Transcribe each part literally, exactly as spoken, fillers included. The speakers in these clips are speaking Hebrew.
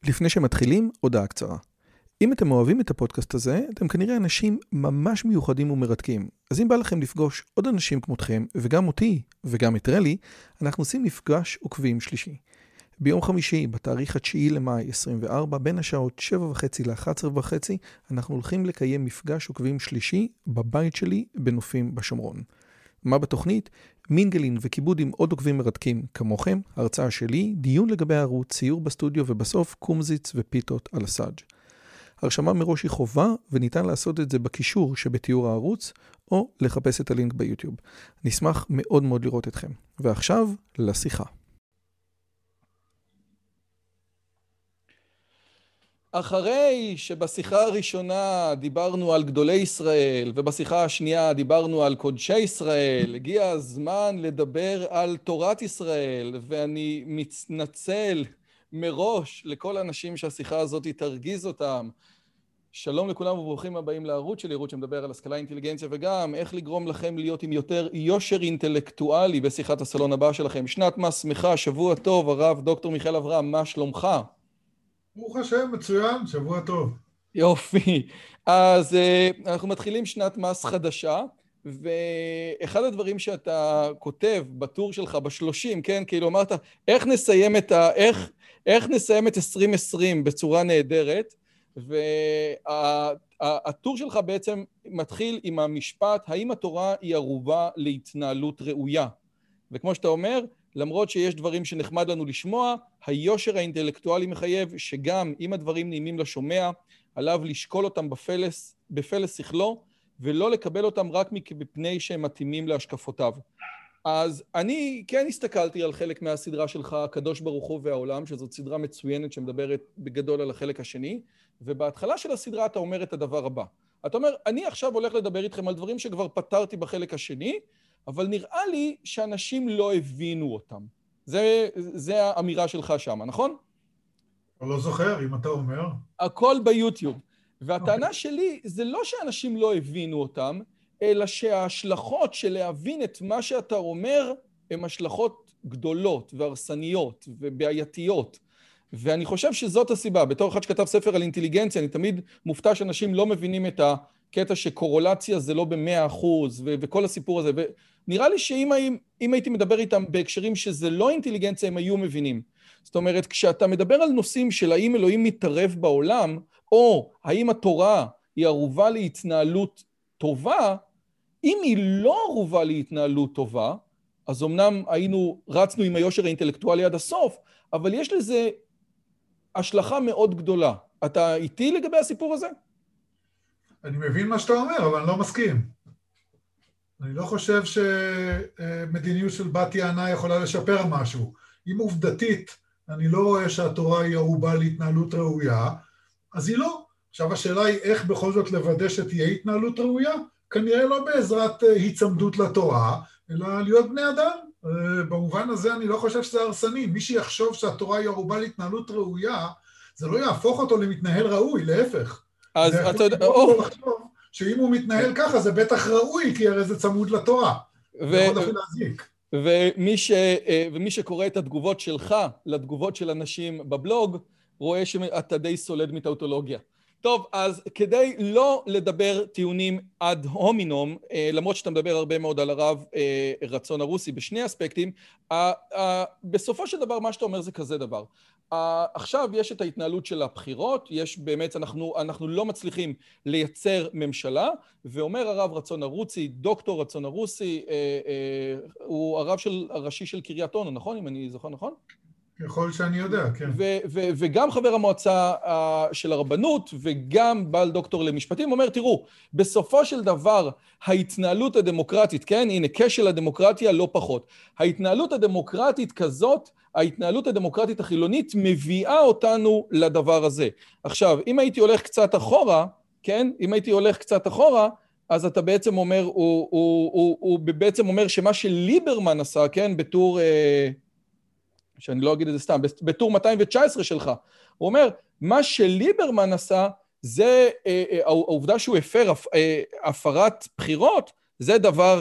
לפני שמתחילים, הודעה קצרה. אם אתם אוהבים את הפודקאסט הזה, אתם כנראה אנשים ממש מיוחדים ומרתקים. אז אם בא לכם לפגוש עוד אנשים כמותכם, וגם אותי, וגם את רלי, אנחנו עושים מפגש עוקבים שלישי. ביום חמישי, בתאריך התשיעי למאי עשרים וארבע, בין השעות שבע וחצי ל-אחת עשרה וחצי, אנחנו הולכים לקיים מפגש עוקבים שלישי בבית שלי בנופים בשומרון. מה בתוכנית? מינגלין וכיבוד עם עוד עוקבים מרתקים כמוכם, הרצאה שלי, דיון לגבי הערוץ, ציור בסטודיו ובסוף קומזיץ ופיתות על הסאג'. הרשמה מראש היא חובה וניתן לעשות את זה בקישור שבתיאור הערוץ או לחפש את הלינק ביוטיוב. נשמח מאוד מאוד לראות אתכם. ועכשיו לשיחה. אחרי שבשיחה הראשונה דיברנו על גדולי ישראל ובשיחה השנייה דיברנו על קודשי ישראל, הגיע הזמן לדבר על תורת ישראל, ואני מתנצל מראש לכל האנשים שהשיחה הזאת תרגיז אותם. שלום לכולם וברוכים הבאים לערוץ שלי, ערוץ שמדבר על השכלה, אינטליגנציה וגם איך לגרום לכם להיות עם יותר יושר אינטלקטואלי בשיחת הסלון הבא שלכם. שנת מה שמחה, שבוע טוב, הרב דוקטור מיכאל אברהם, מה שלומך? ברוך השם, מצוין, שבוע טוב. יופי. אז uh, אנחנו מתחילים שנת מס חדשה, ואחד הדברים שאתה כותב בטור שלך בשלושים, כן, כאילו אמרת, איך נסיים את, ה, איך, איך נסיים את עשרים עשרים בצורה נהדרת, והטור שלך בעצם מתחיל עם המשפט, האם התורה היא ערובה להתנהלות ראויה? וכמו שאתה אומר, למרות שיש דברים שנחמד לנו לשמוע, היושר האינטלקטואלי מחייב שגם אם הדברים נעימים לשומע, עליו לשקול אותם בפלס, בפלס שכלו, ולא לקבל אותם רק מפני שהם מתאימים להשקפותיו. אז אני כן הסתכלתי על חלק מהסדרה שלך, הקדוש ברוך הוא והעולם, שזאת סדרה מצוינת שמדברת בגדול על החלק השני, ובהתחלה של הסדרה אתה אומר את הדבר הבא. אתה אומר, אני עכשיו הולך לדבר איתכם על דברים שכבר פתרתי בחלק השני, אבל נראה לי שאנשים לא הבינו אותם. זה, זה האמירה שלך שם, נכון? אני לא זוכר, אם אתה אומר. הכל ביוטיוב. והטענה שלי זה לא שאנשים לא הבינו אותם, אלא שההשלכות של להבין את מה שאתה אומר, הן השלכות גדולות והרסניות ובעייתיות. ואני חושב שזאת הסיבה. בתור אחד שכתב ספר על אינטליגנציה, אני תמיד מופתע שאנשים לא מבינים את הקטע שקורולציה זה לא במאה אחוז, ו- וכל הסיפור הזה. ונראה לי שאם אם הייתי מדבר איתם בהקשרים שזה לא אינטליגנציה, הם היו מבינים. זאת אומרת, כשאתה מדבר על נושאים של האם אלוהים מתערב בעולם, או האם התורה היא ערובה להתנהלות טובה, אם היא לא ערובה להתנהלות טובה, אז אמנם היינו, רצנו עם היושר האינטלקטואלי עד הסוף, אבל יש לזה השלכה מאוד גדולה. אתה איתי לגבי הסיפור הזה? אני מבין מה שאתה אומר, אבל אני לא מסכים. אני לא חושב שמדיניות של בת יענה יכולה לשפר משהו. אם עובדתית אני לא רואה שהתורה היא ערובה להתנהלות ראויה, אז היא לא. עכשיו השאלה היא איך בכל זאת לוודא שתהיה התנהלות ראויה? כנראה לא בעזרת היצמדות לתורה, אלא להיות בני אדם. במובן הזה אני לא חושב שזה הרסני. מי שיחשוב שהתורה היא ערובה להתנהלות ראויה, זה לא יהפוך אותו למתנהל ראוי, להפך. אז אתה יודע, או, לחשוב שאם הוא מתנהל ככה זה בטח ראוי, כי הרי זה צמוד לתורה. זה יכול אפילו להזיק. ומי ש... ומי שקורא את התגובות שלך לתגובות של אנשים בבלוג, רואה שאתה די סולד מטאוטולוגיה. טוב, אז כדי לא לדבר טיעונים עד הומינום, למרות שאתה מדבר הרבה מאוד על הרב רצון הרוסי בשני אספקטים, בסופו של דבר מה שאתה אומר זה כזה דבר. עכשיו יש את ההתנהלות של הבחירות, יש באמת, אנחנו, אנחנו לא מצליחים לייצר ממשלה, ואומר הרב רצון הרוסי, דוקטור רצון הרוסי, הוא הרב של, הראשי של קריית אונו, נכון? אם אני זוכר נכון? יכול שאני יודע, כן. ו- ו- וגם חבר המועצה uh, של הרבנות, וגם בעל דוקטור למשפטים, אומר, תראו, בסופו של דבר, ההתנהלות הדמוקרטית, כן, הנה, כשל הדמוקרטיה לא פחות. ההתנהלות הדמוקרטית כזאת, ההתנהלות הדמוקרטית החילונית, מביאה אותנו לדבר הזה. עכשיו, אם הייתי הולך קצת אחורה, כן, אם הייתי הולך קצת אחורה, אז אתה בעצם אומר, הוא, הוא, הוא, הוא, הוא בעצם אומר שמה שליברמן עשה, כן, בתור... Uh, שאני לא אגיד את זה סתם, בטור מאתיים תשע עשרה שלך, הוא אומר, מה שליברמן עשה, זה העובדה שהוא הפר הפרת בחירות, זה דבר,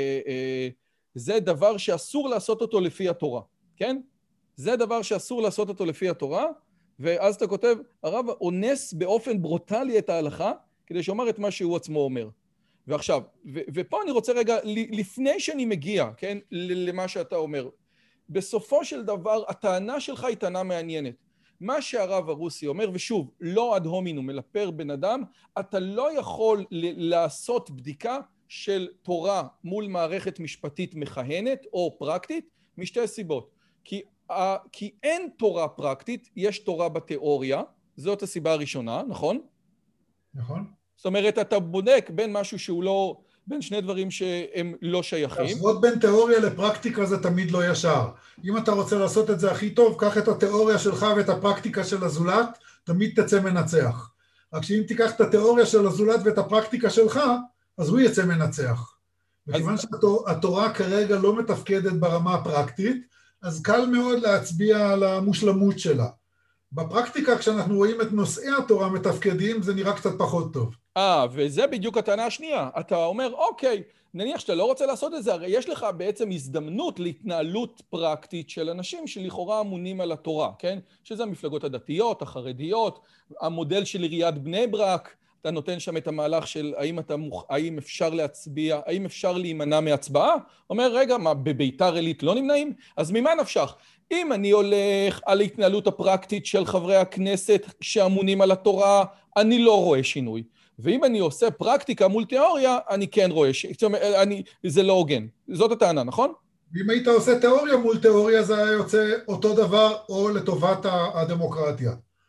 זה דבר שאסור לעשות אותו לפי התורה, כן? זה דבר שאסור לעשות אותו לפי התורה, ואז אתה כותב, הרב אונס באופן ברוטלי את ההלכה, כדי שאומר את מה שהוא עצמו אומר. ועכשיו, ו- ופה אני רוצה רגע, לפני שאני מגיע, כן, למה שאתה אומר, בסופו של דבר, הטענה שלך היא טענה מעניינת. מה שהרב הרוסי אומר, ושוב, לא עד הומינום, אלא פר בן אדם, אתה לא יכול ל- לעשות בדיקה של תורה מול מערכת משפטית מכהנת או פרקטית, משתי סיבות. כי, כי אין תורה פרקטית, יש תורה בתיאוריה, זאת הסיבה הראשונה, נכון? נכון. זאת אומרת, אתה בודק בין משהו שהוא לא, בין שני דברים שהם לא שייכים. להשוות בין תיאוריה לפרקטיקה זה תמיד לא ישר. אם אתה רוצה לעשות את זה הכי טוב, קח את התיאוריה שלך ואת הפרקטיקה של הזולת, תמיד תצא מנצח. רק שאם תיקח את התיאוריה של הזולת ואת הפרקטיקה שלך, אז הוא יצא מנצח. וכיוון שהתורה כרגע לא מתפקדת ברמה הפרקטית, אז קל מאוד להצביע על המושלמות שלה. בפרקטיקה, כשאנחנו רואים את נושאי התורה מתפקדים, זה נראה קצת פחות טוב. אה, וזה בדיוק הטענה השנייה. אתה אומר, אוקיי, נניח שאתה לא רוצה לעשות את זה, הרי יש לך בעצם הזדמנות להתנהלות פרקטית של אנשים שלכאורה אמונים על התורה, כן? שזה המפלגות הדתיות, החרדיות, המודל של עיריית בני ברק, אתה נותן שם את המהלך של האם, אתה מוכ... האם אפשר להצביע, האם אפשר להימנע מהצבעה? אומר, רגע, מה, בביתר עילית לא נמנעים? אז ממה נפשך? אם אני הולך על ההתנהלות הפרקטית של חברי הכנסת שאמונים על התורה, אני לא רואה שינוי. ואם אני עושה פרקטיקה מול תיאוריה, אני כן רואה שינוי. זאת אומרת, אני, זה לא הוגן. זאת הטענה, נכון? ואם היית עושה תיאוריה מול תיאוריה, זה היה יוצא אותו דבר או לטובת הדמוקרטיה.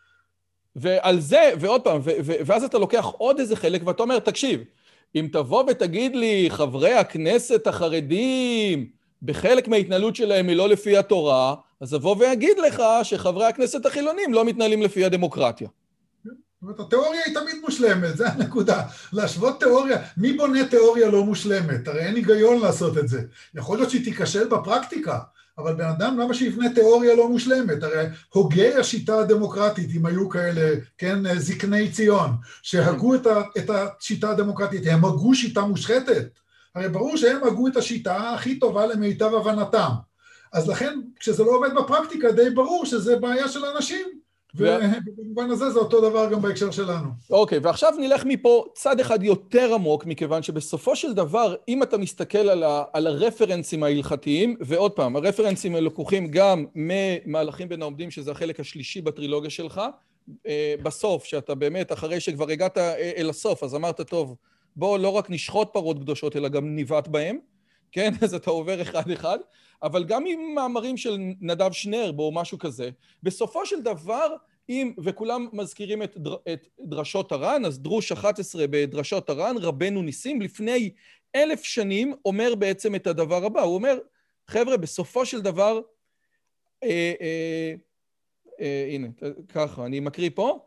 ועל זה, ועוד פעם, ו- ו- ואז אתה לוקח עוד איזה חלק, ואתה אומר, תקשיב, אם תבוא ותגיד לי, חברי הכנסת החרדים, בחלק מההתנהלות שלהם היא לא לפי התורה, אז אבוא ואגיד לך שחברי הכנסת החילונים לא מתנהלים לפי הדמוקרטיה. זאת אומרת, התיאוריה היא תמיד מושלמת, זה הנקודה. להשוות תיאוריה, מי בונה תיאוריה לא מושלמת? הרי אין היגיון לעשות את זה. יכול להיות שהיא תיכשל בפרקטיקה, אבל בן אדם, למה שיבנה תיאוריה לא מושלמת? הרי הוגי השיטה הדמוקרטית, אם היו כאלה, כן, זקני ציון, שהגו את, ה, את השיטה הדמוקרטית, הם הגו שיטה מושחתת. הרי ברור שהם הגו את השיטה הכי טובה למיטב הבנתם. אז לכן, כשזה לא עובד בפרקטיקה, די ברור שזה בעיה של אנשים. ובמובן הזה זה אותו דבר גם בהקשר שלנו. אוקיי, ועכשיו נלך מפה צד אחד יותר עמוק, מכיוון שבסופו של דבר, אם אתה מסתכל על, ה, על הרפרנסים ההלכתיים, ועוד פעם, הרפרנסים הם לקוחים גם ממהלכים בין העומדים, שזה החלק השלישי בטרילוגיה שלך, בסוף, שאתה באמת, אחרי שכבר הגעת אל הסוף, אז אמרת, טוב, בוא לא רק נשחוט פרות קדושות, אלא גם ניווט בהם, כן? אז אתה עובר אחד-אחד, אבל גם עם מאמרים של נדב שנרב או משהו כזה, בסופו של דבר, אם, וכולם מזכירים את, דר, את דרשות הר"ן, אז דרוש אחת עשרה בדרשות הר"ן, רבנו ניסים, לפני אלף שנים אומר בעצם את הדבר הבא, הוא אומר, חבר'ה, בסופו של דבר, אה, אה, אה, הנה, ככה, אני מקריא פה,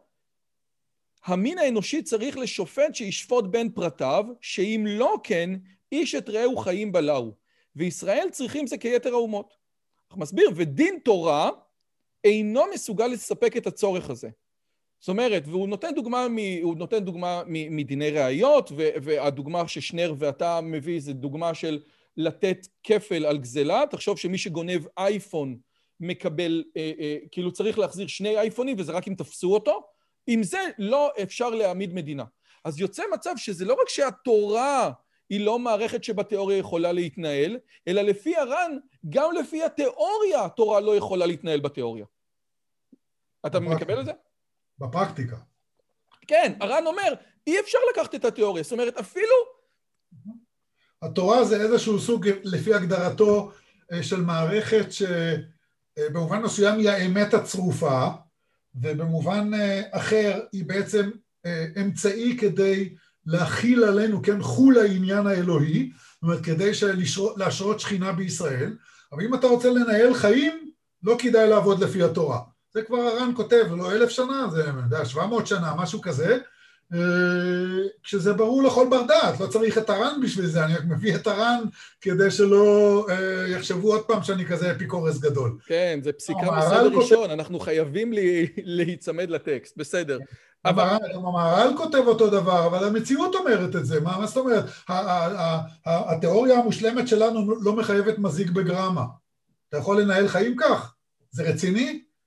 המין האנושי צריך לשופט שישפוט בין פרטיו, שאם לא כן, איש את רעהו חיים בלעו, וישראל צריכים זה כיתר האומות. אנחנו מסביר, ודין תורה אינו מסוגל לספק את הצורך הזה. זאת אומרת, והוא נותן דוגמה, הוא נותן דוגמה מדיני ראיות, והדוגמה ששנר ואתה מביא זה דוגמה של לתת כפל על גזלה, תחשוב שמי שגונב אייפון מקבל, כאילו צריך להחזיר שני אייפונים, וזה רק אם תפסו אותו, עם זה לא אפשר להעמיד מדינה. אז יוצא מצב שזה לא רק שהתורה היא לא מערכת שבתיאוריה יכולה להתנהל, אלא לפי הר"ן, גם לפי התיאוריה, התורה לא יכולה להתנהל בתיאוריה. אתה מקבל את זה? בפרקטיקה. כן, הר"ן אומר, אי אפשר לקחת את התיאוריה, זאת אומרת, אפילו... התורה זה איזשהו סוג, לפי הגדרתו, של מערכת שבמובן מסוים היא האמת הצרופה, ובמובן אחר היא בעצם אמצעי כדי להכיל עלינו, כן, חול העניין האלוהי, זאת אומרת, כדי להשרות שכינה בישראל, אבל אם אתה רוצה לנהל חיים, לא כדאי לעבוד לפי התורה. זה כבר הר"ן כותב, לא אלף שנה, זה שבע מאות שנה, משהו כזה, כשזה ברור לכל בר דעת, לא צריך את הר"ן בשביל זה, אני רק מביא את הר"ן כדי שלא יחשבו עוד פעם שאני כזה אפיקורס גדול. כן, זה פסיקה מסדר ראשון, אנחנו חייבים להיצמד לטקסט, בסדר. גם המהר"ל כותב אותו דבר, אבל המציאות אומרת את זה, מה זאת אומרת? התיאוריה המושלמת שלנו לא מחייבת מזיק בגרמה. אתה יכול לנהל חיים כך? זה רציני?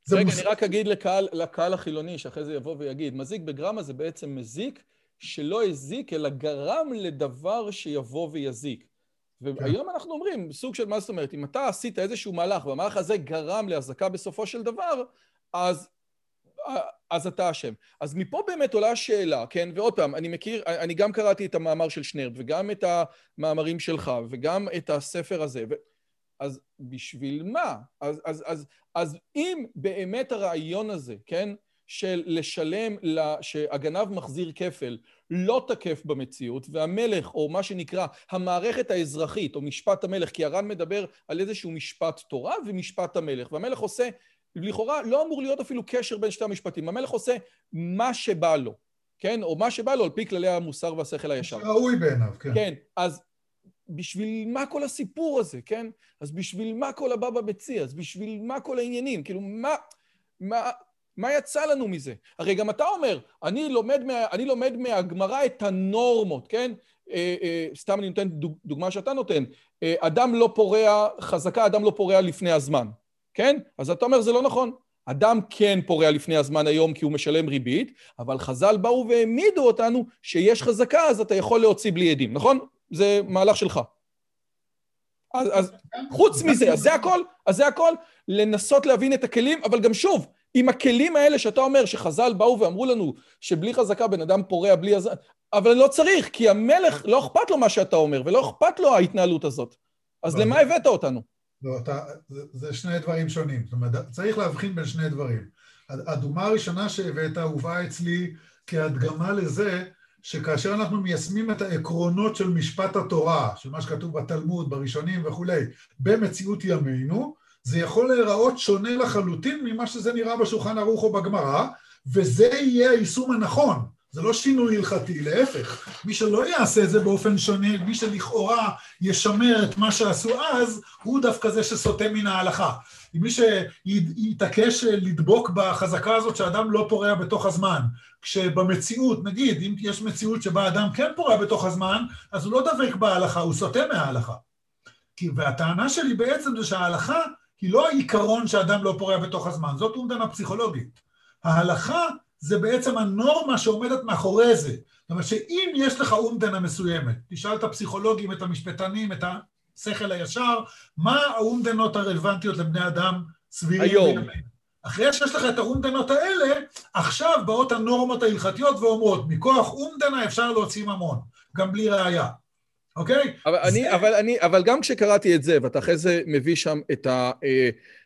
רגע, מוס... אני רק אגיד לקהל, לקהל החילוני, שאחרי זה יבוא ויגיד, מזיק בגרמה זה בעצם מזיק שלא הזיק, אלא גרם לדבר שיבוא ויזיק. והיום כן. אנחנו אומרים, סוג של מה זאת אומרת, אם אתה עשית איזשהו מהלך, והמהלך הזה גרם להזקה בסופו של דבר, אז, אז אתה אשם. אז מפה באמת עולה השאלה, כן? ועוד פעם, אני מכיר, אני גם קראתי את המאמר של שנרב, וגם את המאמרים שלך, וגם את הספר הזה, ו... אז בשביל מה? אז, אז, אז, אז אם באמת הרעיון הזה, כן? של לשלם, שהגנב מחזיר כפל, לא תקף במציאות, והמלך, או מה שנקרא, המערכת האזרחית, או משפט המלך, כי הר"ן מדבר על איזשהו משפט תורה ומשפט המלך, והמלך עושה, לכאורה, לא אמור להיות אפילו קשר בין שתי המשפטים, המלך עושה מה שבא לו, כן? או מה שבא לו, על פי כללי המוסר והשכל הישר. ראוי בעיניו, כן. כן, אז בשביל מה כל הסיפור הזה, כן? אז בשביל מה כל הבא בביצי? אז בשביל מה כל העניינים? כאילו, מה... מה... מה יצא לנו מזה? הרי גם אתה אומר, אני לומד, מה, אני לומד מהגמרא את הנורמות, כן? אה, אה, סתם אני נותן דוג, דוגמה שאתה נותן. אה, אדם לא פורע, חזקה, אדם לא פורע לפני הזמן, כן? אז אתה אומר, זה לא נכון. אדם כן פורע לפני הזמן היום כי הוא משלם ריבית, אבל חז"ל באו והעמידו אותנו שיש חזקה, אז אתה יכול להוציא בלי עדים, נכון? זה מהלך שלך. אז, אז חוץ מזה, אז זה הכל, אז זה הכל, לנסות להבין את הכלים, אבל גם שוב, עם הכלים האלה שאתה אומר שחז"ל באו ואמרו לנו שבלי חזקה בן אדם פורע בלי הזמן, אבל לא צריך, כי המלך לא אכפת לו מה שאתה אומר, ולא אכפת לו ההתנהלות הזאת. אז למה הבאת אותנו? לא, אתה, זה, זה שני דברים שונים. זאת אומרת, צריך להבחין בין שני דברים. הדוגמה הראשונה שהבאת הובאה אצלי כהדגמה לזה, שכאשר אנחנו מיישמים את העקרונות של משפט התורה, של מה שכתוב בתלמוד, בראשונים וכולי, במציאות ימינו, זה יכול להיראות שונה לחלוטין ממה שזה נראה בשולחן ערוך או בגמרא, וזה יהיה היישום הנכון. זה לא שינוי הלכתי, להפך. מי שלא יעשה את זה באופן שונה, מי שלכאורה ישמר את מה שעשו אז, הוא דווקא זה שסוטה מן ההלכה. מי שיתעקש לדבוק בחזקה הזאת שאדם לא פורע בתוך הזמן, כשבמציאות, נגיד, אם יש מציאות שבה אדם כן פורע בתוך הזמן, אז הוא לא דבק בהלכה, הוא סוטה מההלכה. והטענה שלי בעצם זה שההלכה היא לא העיקרון שאדם לא פורע בתוך הזמן, זאת אומדנה פסיכולוגית. ההלכה זה בעצם הנורמה שעומדת מאחורי זה. זאת אומרת שאם יש לך אומדנה מסוימת, תשאל את הפסיכולוגים, את המשפטנים, את השכל הישר, מה האומדנות הרלוונטיות לבני אדם סבירים? היום. אחרי שיש לך את האומדנות האלה, עכשיו באות הנורמות ההלכתיות ואומרות, מכוח אומדנה אפשר להוציא ממון, גם בלי ראייה. אוקיי? אבל, זה... אני, אבל, אני, אבל גם כשקראתי את זה, ואתה אחרי זה מביא שם את ה... אה,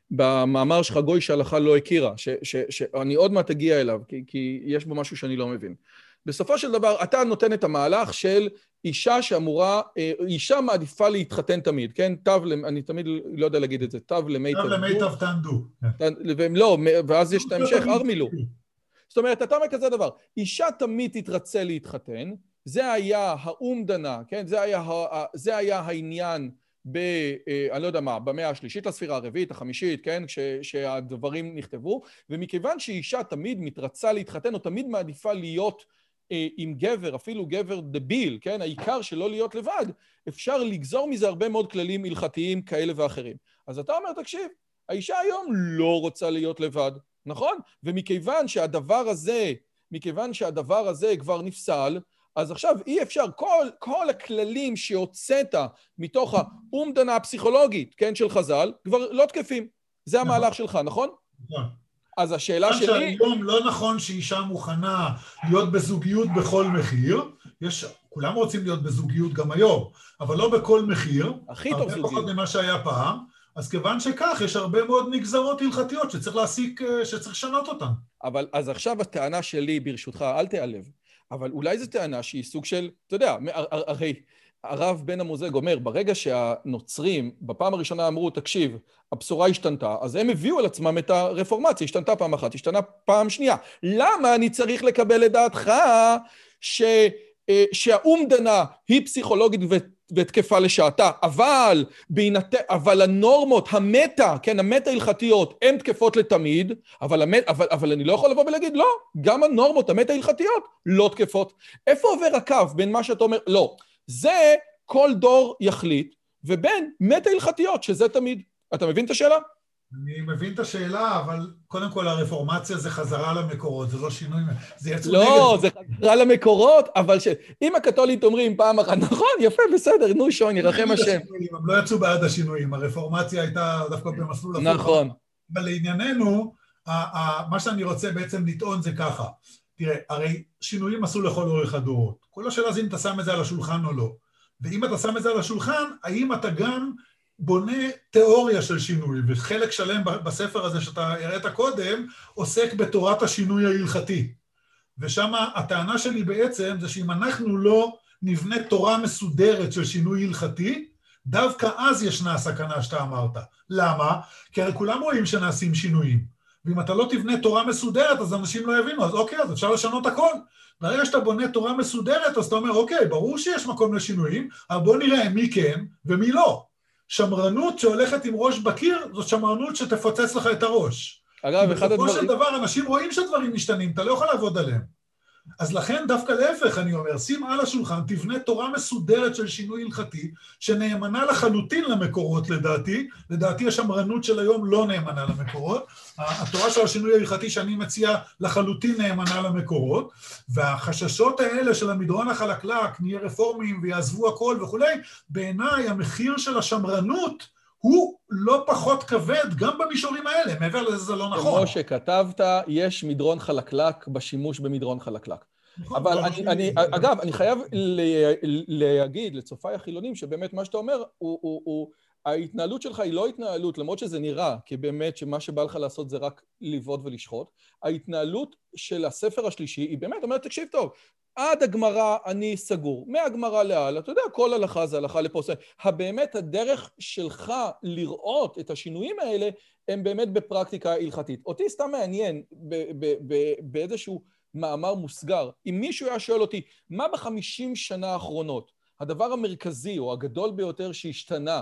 במאמר שלך גוי שההלכה לא הכירה, ש, ש, שאני עוד מעט אגיע אליו, כי, כי יש בו משהו שאני לא מבין. בסופו של דבר, אתה נותן את המהלך של אישה שאמורה, אישה מעדיפה להתחתן תמיד, כן? תו, אני תמיד לא יודע להגיד את זה, תו למיטב תו למיטב תענדו. לא, ואז יש את ההמשך, ארמילו. זאת אומרת, אתה אומר כזה דבר, אישה תמיד תתרצה להתחתן, זה היה האומדנה, כן? זה היה, זה היה העניין ב, אני לא יודע מה, במאה השלישית לספירה הרביעית, החמישית, כן? כש, שהדברים נכתבו, ומכיוון שאישה תמיד מתרצה להתחתן, או תמיד מעדיפה להיות אה, עם גבר, אפילו גבר דביל, כן? העיקר שלא להיות לבד, אפשר לגזור מזה הרבה מאוד כללים הלכתיים כאלה ואחרים. אז אתה אומר, תקשיב, האישה היום לא רוצה להיות לבד, נכון? ומכיוון שהדבר הזה, מכיוון שהדבר הזה כבר נפסל, אז עכשיו אי אפשר, כל, כל הכללים שהוצאת מתוך האומדנה הפסיכולוגית, כן, של חז"ל, כבר לא תקפים. זה המהלך שלך, נכון? נכון. אז השאלה שלי... שהיום לא נכון שאישה מוכנה להיות בזוגיות בכל מחיר, יש, כולם רוצים להיות בזוגיות גם היום, אבל לא בכל מחיר, הכי טוב זוגיות. הרבה פחות ממה שהיה פעם, אז כיוון שכך יש הרבה מאוד נגזרות הלכתיות שצריך להסיק, שצריך לשנות אותן. אבל אז עכשיו הטענה שלי, ברשותך, אל תיעלב. אבל אולי זו טענה שהיא סוג של, אתה יודע, הרי הרב בן המוזג אומר, ברגע שהנוצרים בפעם הראשונה אמרו, תקשיב, הבשורה השתנתה, אז הם הביאו על עצמם את הרפורמציה, השתנתה פעם אחת, השתנה פעם שנייה. למה אני צריך לקבל את דעתך ש, שהאומדנה היא פסיכולוגית ו... ותקפה לשעתה, אבל, בהינת... אבל הנורמות, המטה, כן, המטה הלכתיות, הן תקפות לתמיד, אבל, המט... אבל, אבל אני לא יכול לבוא ולהגיד, לא, גם הנורמות, המטה הלכתיות, לא תקפות. איפה עובר הקו בין מה שאתה אומר? לא, זה כל דור יחליט, ובין מטה הלכתיות, שזה תמיד. אתה מבין את השאלה? אני מבין את השאלה, אבל קודם כל הרפורמציה זה חזרה למקורות, זה לא שינוי, זה יצאו נגד. לא, זה חזרה למקורות, אבל אם הקתולית אומרים פעם אחת, נכון, יפה, בסדר, נו שון, ירחם השם. הם לא יצאו בעד השינויים, הרפורמציה הייתה דווקא במסלול הפוך. נכון. אבל לענייננו, מה שאני רוצה בעצם לטעון זה ככה, תראה, הרי שינויים עשו לכל אורך הדורות, כל השאלה זה אם אתה שם את זה על השולחן או לא, ואם אתה שם את זה על השולחן, האם אתה גם בונה תיאוריה של שינוי, וחלק שלם בספר הזה שאתה הראית קודם, עוסק בתורת השינוי ההלכתי. ושם הטענה שלי בעצם זה שאם אנחנו לא נבנה תורה מסודרת של שינוי הלכתי, דווקא אז ישנה הסכנה שאתה אמרת. למה? כי הרי כולם רואים שנעשים שינויים. ואם אתה לא תבנה תורה מסודרת, אז אנשים לא יבינו, אז אוקיי, אז אפשר לשנות הכל. ברגע שאתה בונה תורה מסודרת, אז אתה אומר, אוקיי, ברור שיש מקום לשינויים, אבל בוא נראה מי כן ומי לא. שמרנות שהולכת עם ראש בקיר, זאת שמרנות שתפוצץ לך את הראש. אגב, אחד הדברים... בסופו של דבר, אנשים רואים שהדברים משתנים, אתה לא יכול לעבוד עליהם. אז לכן דווקא להפך, אני אומר, שים על השולחן, תבנה תורה מסודרת של שינוי הלכתי, שנאמנה לחלוטין למקורות לדעתי, לדעתי השמרנות של היום לא נאמנה למקורות, התורה של השינוי ההלכתי שאני מציע לחלוטין נאמנה למקורות, והחששות האלה של המדרון החלקלק, נהיה רפורמים ויעזבו הכל וכולי, בעיניי המחיר של השמרנות, הוא לא פחות כבד גם במישורים האלה, מעבר לזה זה לא נכון. כמו שכתבת, יש מדרון חלקלק בשימוש במדרון חלקלק. אבל אני, אני, אגב, אני חייב להגיד לצופיי החילונים שבאמת מה שאתה אומר, הוא, הוא, הוא, ההתנהלות שלך היא לא התנהלות, למרות שזה נראה, כי באמת שמה שבא לך לעשות זה רק לבעוט ולשחוט, ההתנהלות של הספר השלישי היא באמת אומרת, תקשיב טוב, עד הגמרא אני סגור, מהגמרא להלאה, אתה יודע, כל הלכה זה הלכה לפה. הבאמת הדרך שלך לראות את השינויים האלה, הם באמת בפרקטיקה הלכתית. אותי סתם מעניין באיזשהו מאמר מוסגר, אם מישהו היה שואל אותי, מה בחמישים שנה האחרונות, הדבר המרכזי או הגדול ביותר שהשתנה,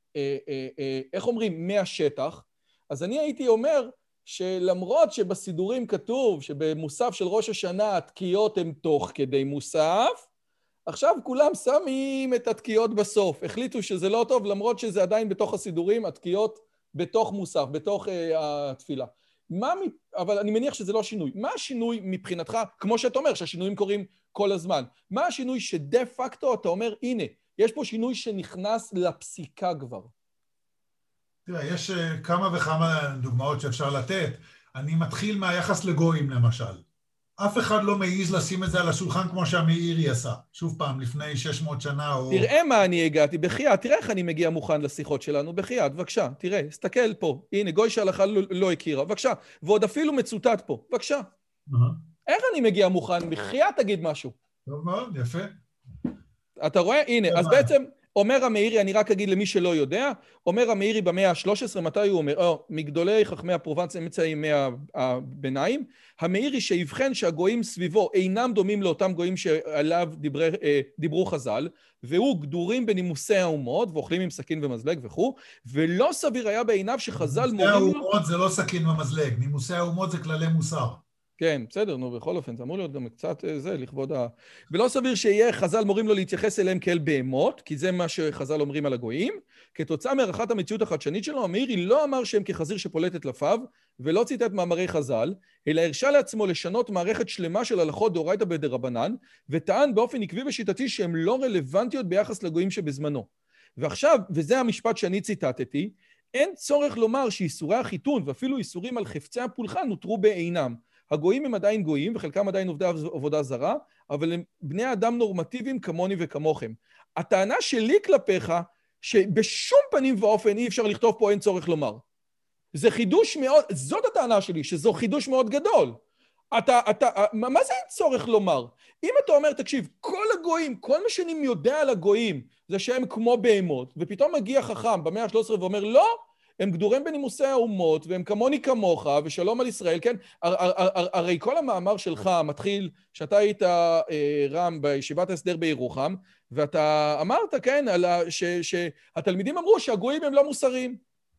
איך אומרים, מהשטח, אז אני הייתי אומר, שלמרות שבסידורים כתוב שבמוסף של ראש השנה התקיעות הן תוך כדי מוסף, עכשיו כולם שמים את התקיעות בסוף. החליטו שזה לא טוב, למרות שזה עדיין בתוך הסידורים, התקיעות בתוך מוסף, בתוך uh, התפילה. מה, אבל אני מניח שזה לא שינוי. מה השינוי מבחינתך, כמו שאתה אומר, שהשינויים קורים כל הזמן? מה השינוי שדה פקטו אתה אומר, הנה, יש פה שינוי שנכנס לפסיקה כבר? תראה, יש כמה וכמה דוגמאות שאפשר לתת. אני מתחיל מהיחס לגויים למשל. אף אחד לא מעיז לשים את זה על השולחן כמו שהמאירי עשה. שוב פעם, לפני שש מאות שנה או... תראה מה אני הגעתי, בחייאת, תראה איך אני מגיע מוכן לשיחות שלנו, בחייאת, בבקשה, תראה, סתכל פה. הנה, גוי שהלכה לא, לא הכירה, בבקשה. ועוד אפילו מצוטט פה, בבקשה. Uh-huh. איך אני מגיע מוכן? בחייאת תגיד משהו. טוב מאוד, יפה. אתה רואה? הנה, אז בעצם... אומר המאירי, אני רק אגיד למי שלא יודע, אומר המאירי במאה ה-שלוש עשרה, מתי הוא אומר? או, מגדולי חכמי הפרובנציה אמצע ימי הביניים, המאירי שיבחן שהגויים סביבו אינם דומים לאותם גויים שעליו דיבר, דיברו חז"ל, והוא גדורים בנימוסי האומות, ואוכלים עם סכין ומזלג וכו', ולא סביר היה בעיניו שחז"ל מורים... נימוסי האומות זה לא סכין ומזלג, נימוסי האומות זה כללי מוסר. כן, בסדר, נו, בכל אופן, זה אמור להיות גם קצת זה, לכבוד ה... ולא סביר שיהיה חז"ל מורים לו להתייחס אליהם כאל בהמות, כי זה מה שחז"ל אומרים על הגויים. כתוצאה מערכת המציאות החדשנית שלו, המאירי לא אמר שהם כחזיר שפולט את טלפיו, ולא ציטט מאמרי חז"ל, אלא הרשה לעצמו לשנות מערכת שלמה של הלכות דאורייתא בדרבנן, וטען באופן עקבי ושיטתי שהם לא רלוונטיות ביחס לגויים שבזמנו. ועכשיו, וזה המשפט שאני ציטטתי, אין צורך לומר שאיסורי החיתון ואפילו איסורים על חפצי הפולחן נותרו בעינם. הגויים הם עדיין גויים, וחלקם עדיין עובדי עבודה זרה, אבל הם בני אדם נורמטיביים כמוני וכמוכם. הטענה שלי כלפיך, שבשום פנים ואופן אי אפשר לכתוב פה אין צורך לומר. זה חידוש מאוד, זאת הטענה שלי, שזו חידוש מאוד גדול. אתה, אתה, מה זה אין צורך לומר? אם אתה אומר, תקשיב, כל הגויים, כל מה שאני יודע על הגויים, זה שהם כמו בהמות, ופתאום מגיע חכם במאה ה-שלוש עשרה ואומר, לא, הם גדורים בנימוסי האומות, והם כמוני כמוך, ושלום על ישראל, כן? הרי כל המאמר שלך מתחיל, שאתה היית רם בישיבת ההסדר בירוחם, ואתה אמרת, כן, שהתלמידים אמרו שהגויים הם לא מוסריים.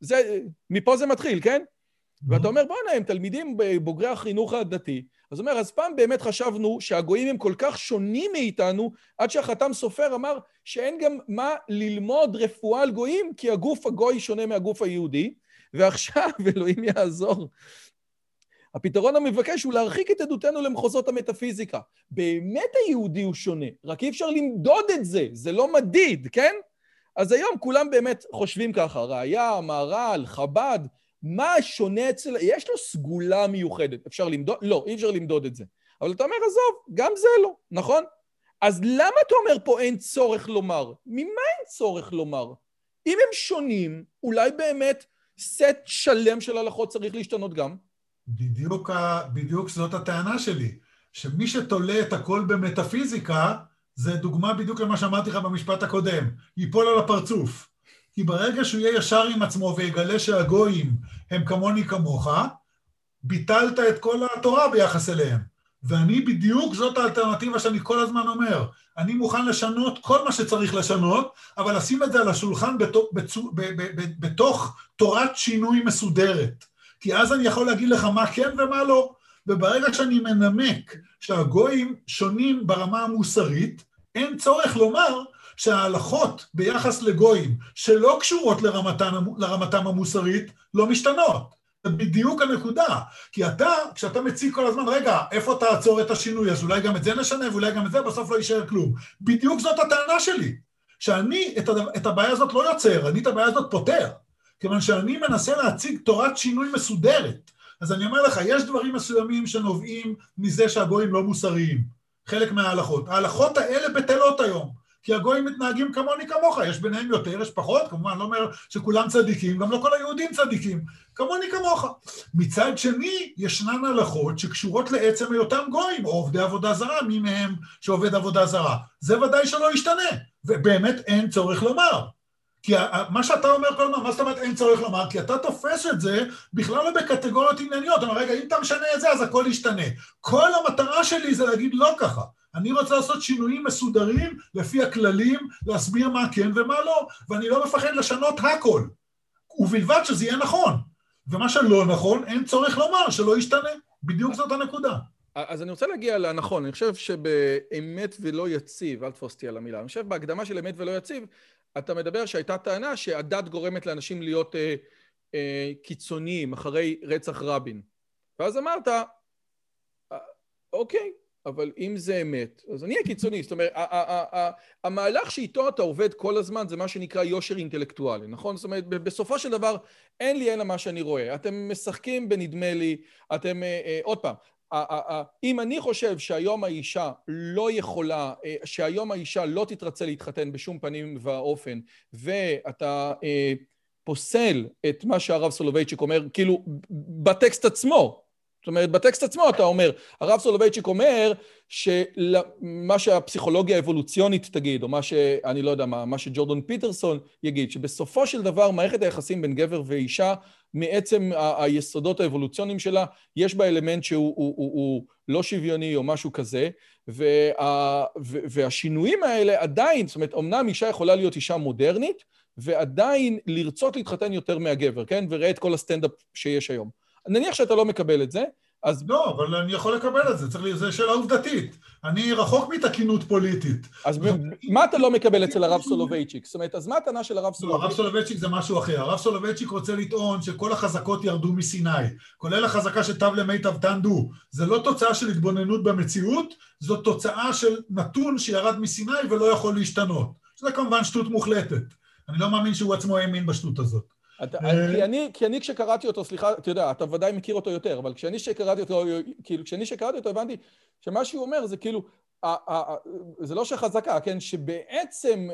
מפה זה מתחיל, כן? ואתה אומר, בוא נעים, תלמידים בוגרי החינוך הדתי, אז אומר, אז פעם באמת חשבנו שהגויים הם כל כך שונים מאיתנו, עד שהחתם סופר אמר שאין גם מה ללמוד רפואה על גויים, כי הגוף הגוי שונה מהגוף היהודי, ועכשיו, אלוהים יעזור, הפתרון המבקש הוא להרחיק את עדותנו למחוזות המטאפיזיקה. באמת היהודי הוא שונה, רק אי אפשר למדוד את זה, זה לא מדיד, כן? אז היום כולם באמת חושבים ככה, ראיה, מהר"ל, חב"ד, מה שונה אצל... יש לו סגולה מיוחדת, אפשר למדוד? לא, אי אפשר למדוד את זה. אבל אתה אומר, עזוב, גם זה לא, נכון? אז למה אתה אומר פה אין צורך לומר? ממה אין צורך לומר? אם הם שונים, אולי באמת סט שלם של הלכות צריך להשתנות גם? בדיוק, בדיוק זאת הטענה שלי, שמי שתולה את הכל במטאפיזיקה, זה דוגמה בדיוק למה שאמרתי לך במשפט הקודם, ייפול על הפרצוף. כי ברגע שהוא יהיה ישר עם עצמו ויגלה שהגויים הם כמוני כמוך, ביטלת את כל התורה ביחס אליהם. ואני בדיוק זאת האלטרנטיבה שאני כל הזמן אומר. אני מוכן לשנות כל מה שצריך לשנות, אבל לשים את זה על השולחן בתוך, בתוך תורת שינוי מסודרת. כי אז אני יכול להגיד לך מה כן ומה לא. וברגע שאני מנמק שהגויים שונים ברמה המוסרית, אין צורך לומר שההלכות ביחס לגויים שלא קשורות לרמתן, לרמתם המוסרית לא משתנות. זה בדיוק הנקודה. כי אתה, כשאתה מציג כל הזמן, רגע, איפה תעצור את השינוי? אז אולי גם את זה נשנה, ואולי גם את זה, בסוף לא יישאר כלום. בדיוק זאת הטענה שלי. שאני את, את הבעיה הזאת לא יוצר, אני את הבעיה הזאת פותר. כיוון שאני מנסה להציג תורת שינוי מסודרת. אז אני אומר לך, יש דברים מסוימים שנובעים מזה שהגויים לא מוסריים. חלק מההלכות. ההלכות האלה בטלות היום. כי הגויים מתנהגים כמוני כמוך, יש ביניהם יותר, יש פחות, כמובן לא אומר שכולם צדיקים, גם לא כל היהודים צדיקים, כמוני כמוך. מצד שני, ישנן הלכות שקשורות לעצם היותם גויים, או עובדי עבודה זרה, מי מהם שעובד עבודה זרה. זה ודאי שלא ישתנה, ובאמת אין צורך לומר. כי מה שאתה אומר כל הזמן, מה זאת אומרת אין צורך לומר? כי אתה תופס את זה בכלל לא בקטגוריות ענייניות. אתה אומר, רגע, אם אתה משנה את זה, אז הכל ישתנה. כל המטרה שלי זה להגיד לא ככה. אני רוצה לעשות שינויים מסודרים לפי הכללים, להסביר מה כן ומה לא, ואני לא מפחד לשנות הכל. ובלבד שזה יהיה נכון. ומה שלא נכון, אין צורך לומר שלא ישתנה. בדיוק זאת הנקודה. אז אני רוצה להגיע לנכון. אני חושב שבאמת ולא יציב, אל תפוס אותי על המילה, אני חושב בהקדמה של אמת ולא יציב, אתה מדבר שהייתה טענה שהדת גורמת לאנשים להיות אה, אה, קיצוניים אחרי רצח רבין. ואז אמרת, אה, אוקיי, אבל אם זה אמת, אז אני אהיה קיצוני. זאת אומרת, המהלך שאיתו אתה עובד כל הזמן זה מה שנקרא יושר אינטלקטואלי, נכון? זאת אומרת, בסופו של דבר אין לי אלא מה שאני רואה. אתם משחקים בנדמה לי, אתם, עוד פעם, אם אני חושב שהיום האישה לא יכולה, שהיום האישה לא תתרצה להתחתן בשום פנים ואופן, ואתה פוסל את מה שהרב סולובייצ'יק אומר, כאילו בטקסט עצמו, זאת אומרת, בטקסט עצמו אתה אומר, הרב סולובייצ'יק אומר שמה שהפסיכולוגיה האבולוציונית תגיד, או מה שאני לא יודע מה, מה שג'ורדון פיטרסון יגיד, שבסופו של דבר מערכת היחסים בין גבר ואישה, מעצם היסודות האבולוציוניים שלה, יש בה אלמנט שהוא הוא, הוא, הוא לא שוויוני או משהו כזה, וה, והשינויים האלה עדיין, זאת אומרת, אמנם אישה יכולה להיות אישה מודרנית, ועדיין לרצות להתחתן יותר מהגבר, כן? וראה את כל הסטנדאפ שיש היום. נניח שאתה לא מקבל את זה, אז... לא, אבל אני יכול לקבל את זה, צריך לי, זה שאלה עובדתית. אני רחוק מתקינות פוליטית. אז מה אתה לא מקבל אצל הרב סולובייצ'יק? זאת אומרת, אז מה הטענה של הרב סולובייצ'יק? הרב סולובייצ'יק זה משהו אחר. הרב סולובייצ'יק רוצה לטעון שכל החזקות ירדו מסיני, כולל החזקה שתב למיטב תענדו. זה לא תוצאה של התבוננות במציאות, זו תוצאה של נתון שירד מסיני ולא יכול להשתנות. שזה כמובן שטות מוחלטת. אני לא מאמין שהוא עצמו האמין בשטות הזאת. אתה, כי אני, כי אני כשקראתי אותו, סליחה, אתה יודע, אתה ודאי מכיר אותו יותר, אבל כשאני שקראתי אותו, כאילו, כשאני שקראתי אותו, הבנתי שמה שהוא אומר זה כאילו, זה לא שחזקה, כן, שבעצם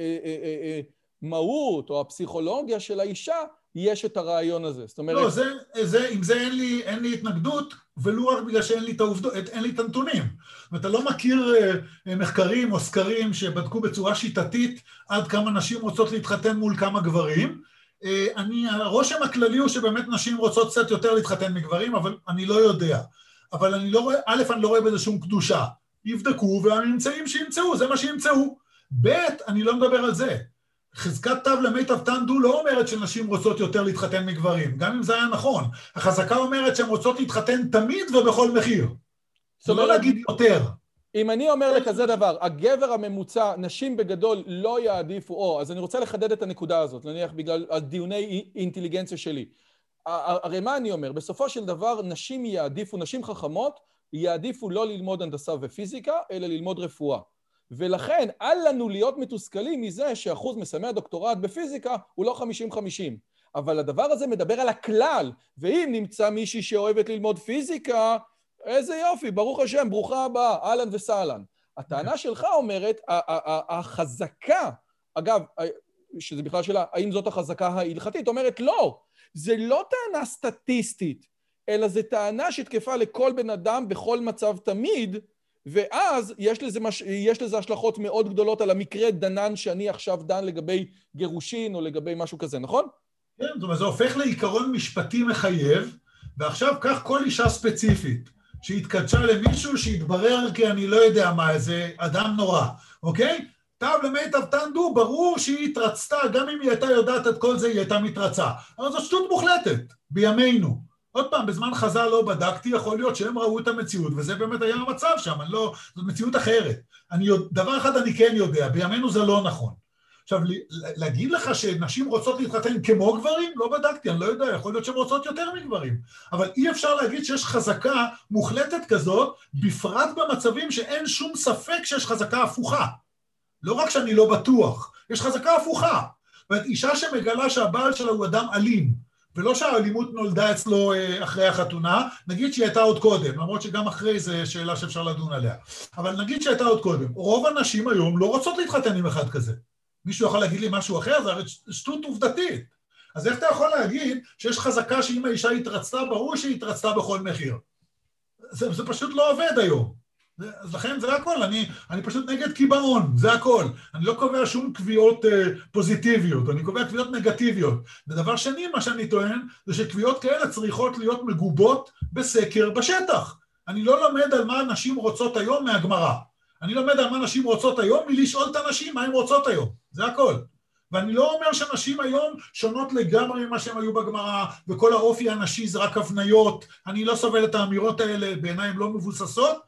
מהות או הפסיכולוגיה של האישה, יש את הרעיון הזה. זאת אומרת... לא, זה, זה, עם זה אין לי, אין לי התנגדות, ולא רק בגלל שאין לי את העובדות, אין לי את הנתונים. ואתה לא מכיר מחקרים או סקרים שבדקו בצורה שיטתית עד כמה נשים רוצות להתחתן מול כמה גברים. אני, הרושם הכללי הוא שבאמת נשים רוצות קצת יותר להתחתן מגברים, אבל אני לא יודע. אבל אני לא רואה, א', אני לא רואה בזה שום קדושה. יבדקו, והממצאים שימצאו, זה מה שימצאו. ב', אני לא מדבר על זה. חזקת תו למיטב תענדו לא אומרת שנשים רוצות יותר להתחתן מגברים, גם אם זה היה נכון. החזקה אומרת שהן רוצות להתחתן תמיד ובכל מחיר. זה לא להגיד יותר. אם אני אומר לכזה דבר, הגבר הממוצע, נשים בגדול לא יעדיפו, או, אז אני רוצה לחדד את הנקודה הזאת, נניח בגלל הדיוני אינטליגנציה שלי. הרי מה אני אומר? בסופו של דבר, נשים יעדיפו, נשים חכמות, יעדיפו לא ללמוד הנדסה ופיזיקה, אלא ללמוד רפואה. ולכן, אל לנו להיות מתוסכלים מזה שאחוז מסיימי הדוקטורט בפיזיקה הוא לא חמישים חמישים. אבל הדבר הזה מדבר על הכלל, ואם נמצא מישהי שאוהבת ללמוד פיזיקה, איזה יופי, ברוך השם, ברוכה הבאה, אהלן וסהלן. הטענה שלך אומרת, החזקה, אגב, שזה בכלל שאלה, האם זאת החזקה ההלכתית? אומרת, לא, זה לא טענה סטטיסטית, אלא זה טענה שתקפה לכל בן אדם בכל מצב תמיד, ואז יש לזה, מש... יש לזה השלכות מאוד גדולות על המקרה דנן שאני עכשיו דן לגבי גירושין או לגבי משהו כזה, נכון? כן, זאת אומרת, זה הופך לעיקרון משפטי מחייב, ועכשיו כך כל אישה ספציפית, שהתקדשה למישהו שהתברר כי אני לא יודע מה, איזה אדם נורא, אוקיי? תו למיטב תנדו, ברור שהיא התרצתה, גם אם היא הייתה יודעת את כל זה, היא הייתה מתרצה. אבל זו שטות מוחלטת, בימינו. עוד פעם, בזמן חז"ל לא בדקתי, יכול להיות שהם ראו את המציאות, וזה באמת היה המצב שם, אני לא, זאת מציאות אחרת. אני, דבר אחד אני כן יודע, בימינו זה לא נכון. עכשיו, להגיד לך שנשים רוצות להתחתן כמו גברים? לא בדקתי, אני לא יודע, יכול להיות שהן רוצות יותר מגברים. אבל אי אפשר להגיד שיש חזקה מוחלטת כזאת, בפרט במצבים שאין שום ספק שיש חזקה הפוכה. לא רק שאני לא בטוח, יש חזקה הפוכה. זאת אומרת, אישה שמגלה שהבעל שלה הוא אדם אלים, ולא שהאלימות נולדה אצלו אחרי החתונה, נגיד שהיא הייתה עוד קודם, למרות שגם אחרי זה שאלה שאפשר לדון עליה. אבל נגיד שהיא הייתה עוד קודם. רוב הנשים היום לא רוצות להתחתן עם אחד כזה. מישהו יכול להגיד לי משהו אחר? זה הרי שטות עובדתית. אז איך אתה יכול להגיד שיש חזקה שאם האישה התרצתה, ברור שהיא התרצתה בכל מחיר? זה, זה פשוט לא עובד היום. זה, אז לכן זה הכל, אני, אני פשוט נגד קיבעון, זה הכל. אני לא קובע שום קביעות אה, פוזיטיביות, אני קובע קביעות נגטיביות. ודבר שני, מה שאני טוען, זה שקביעות כאלה צריכות להיות מגובות בסקר בשטח. אני לא לומד על מה נשים רוצות היום מהגמרא. אני לומד על מה נשים רוצות היום מלשאול את הנשים מה הן רוצות היום. זה הכל. ואני לא אומר שנשים היום שונות לגמרי ממה שהן היו בגמרא, וכל האופי הנשי זה רק הבניות. אני לא סובל את האמירות האלה, בעיניי הן לא מבוססות.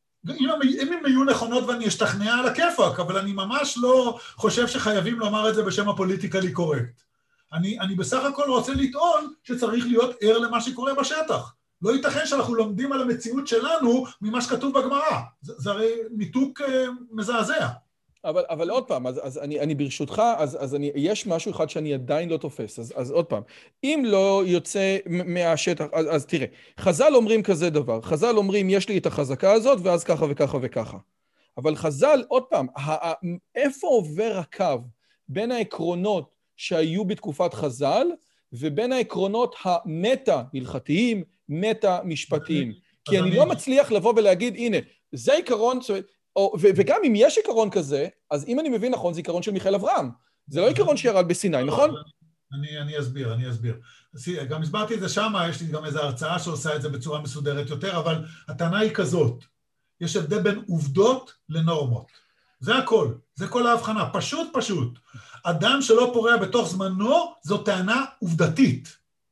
אם הן יהיו נכונות ואני אשתכנע על הכיפק, אבל אני ממש לא חושב שחייבים לומר את זה בשם הפוליטיקלי קורקט. אני, אני בסך הכל רוצה לטעון שצריך להיות ער למה שקורה בשטח. לא ייתכן שאנחנו לומדים על המציאות שלנו ממה שכתוב בגמרא. זה, זה הרי ניתוק אה, מזעזע. אבל, אבל עוד פעם, אז, אז אני, אני ברשותך, אז, אז אני, יש משהו אחד שאני עדיין לא תופס, אז, אז עוד פעם, אם לא יוצא מהשטח, אז, אז תראה, חז"ל אומרים כזה דבר, חז"ל אומרים, יש לי את החזקה הזאת, ואז ככה וככה וככה. אבל חז"ל, עוד פעם, ה, ה, איפה עובר הקו בין העקרונות שהיו בתקופת חז"ל, ובין העקרונות המטה-הלכתיים, מטה-משפטיים? כי אני לא מצליח לבוא ולהגיד, הנה, זה עיקרון, או, ו, וגם אם יש עיקרון כזה, אז אם אני מבין נכון, זה עיקרון של מיכאל אברהם. זה לא עיקרון שירד בסיני, נכון? אני, אני אסביר, אני אסביר. גם הסברתי את זה שמה, יש לי גם איזו הרצאה שעושה את זה בצורה מסודרת יותר, אבל הטענה היא כזאת. יש הבדל בין עובדות לנורמות. זה הכל, זה כל ההבחנה, פשוט פשוט. אדם שלא פורע בתוך זמנו, זו טענה עובדתית.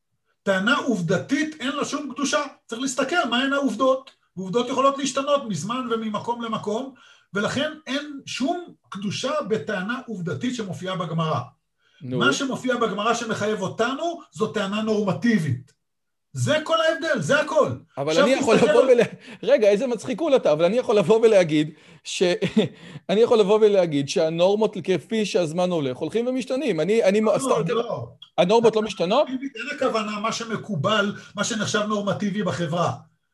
טענה עובדתית אין לה שום קדושה. צריך להסתכל מה הן העובדות. ועובדות יכולות להשתנות מזמן וממקום למקום, ולכן אין שום קדושה בטענה עובדתית שמופיעה בגמרא. נו. מה שמופיע בגמרא שמחייב אותנו, זו טענה נורמטיבית. זה כל ההבדל, זה הכל. אבל אני יכול לבוא ול... רגע, איזה מצחיקול אתה, אבל אני יכול לבוא ולהגיד, ש... אני יכול לבוא ולהגיד שהנורמות כפי שהזמן הולך, הולכים ומשתנים. אני, אני... לא, לא. הנורמות לא משתנות? אין הכוונה מה שמקובל, מה שנחשב נורמטיבי בחברה.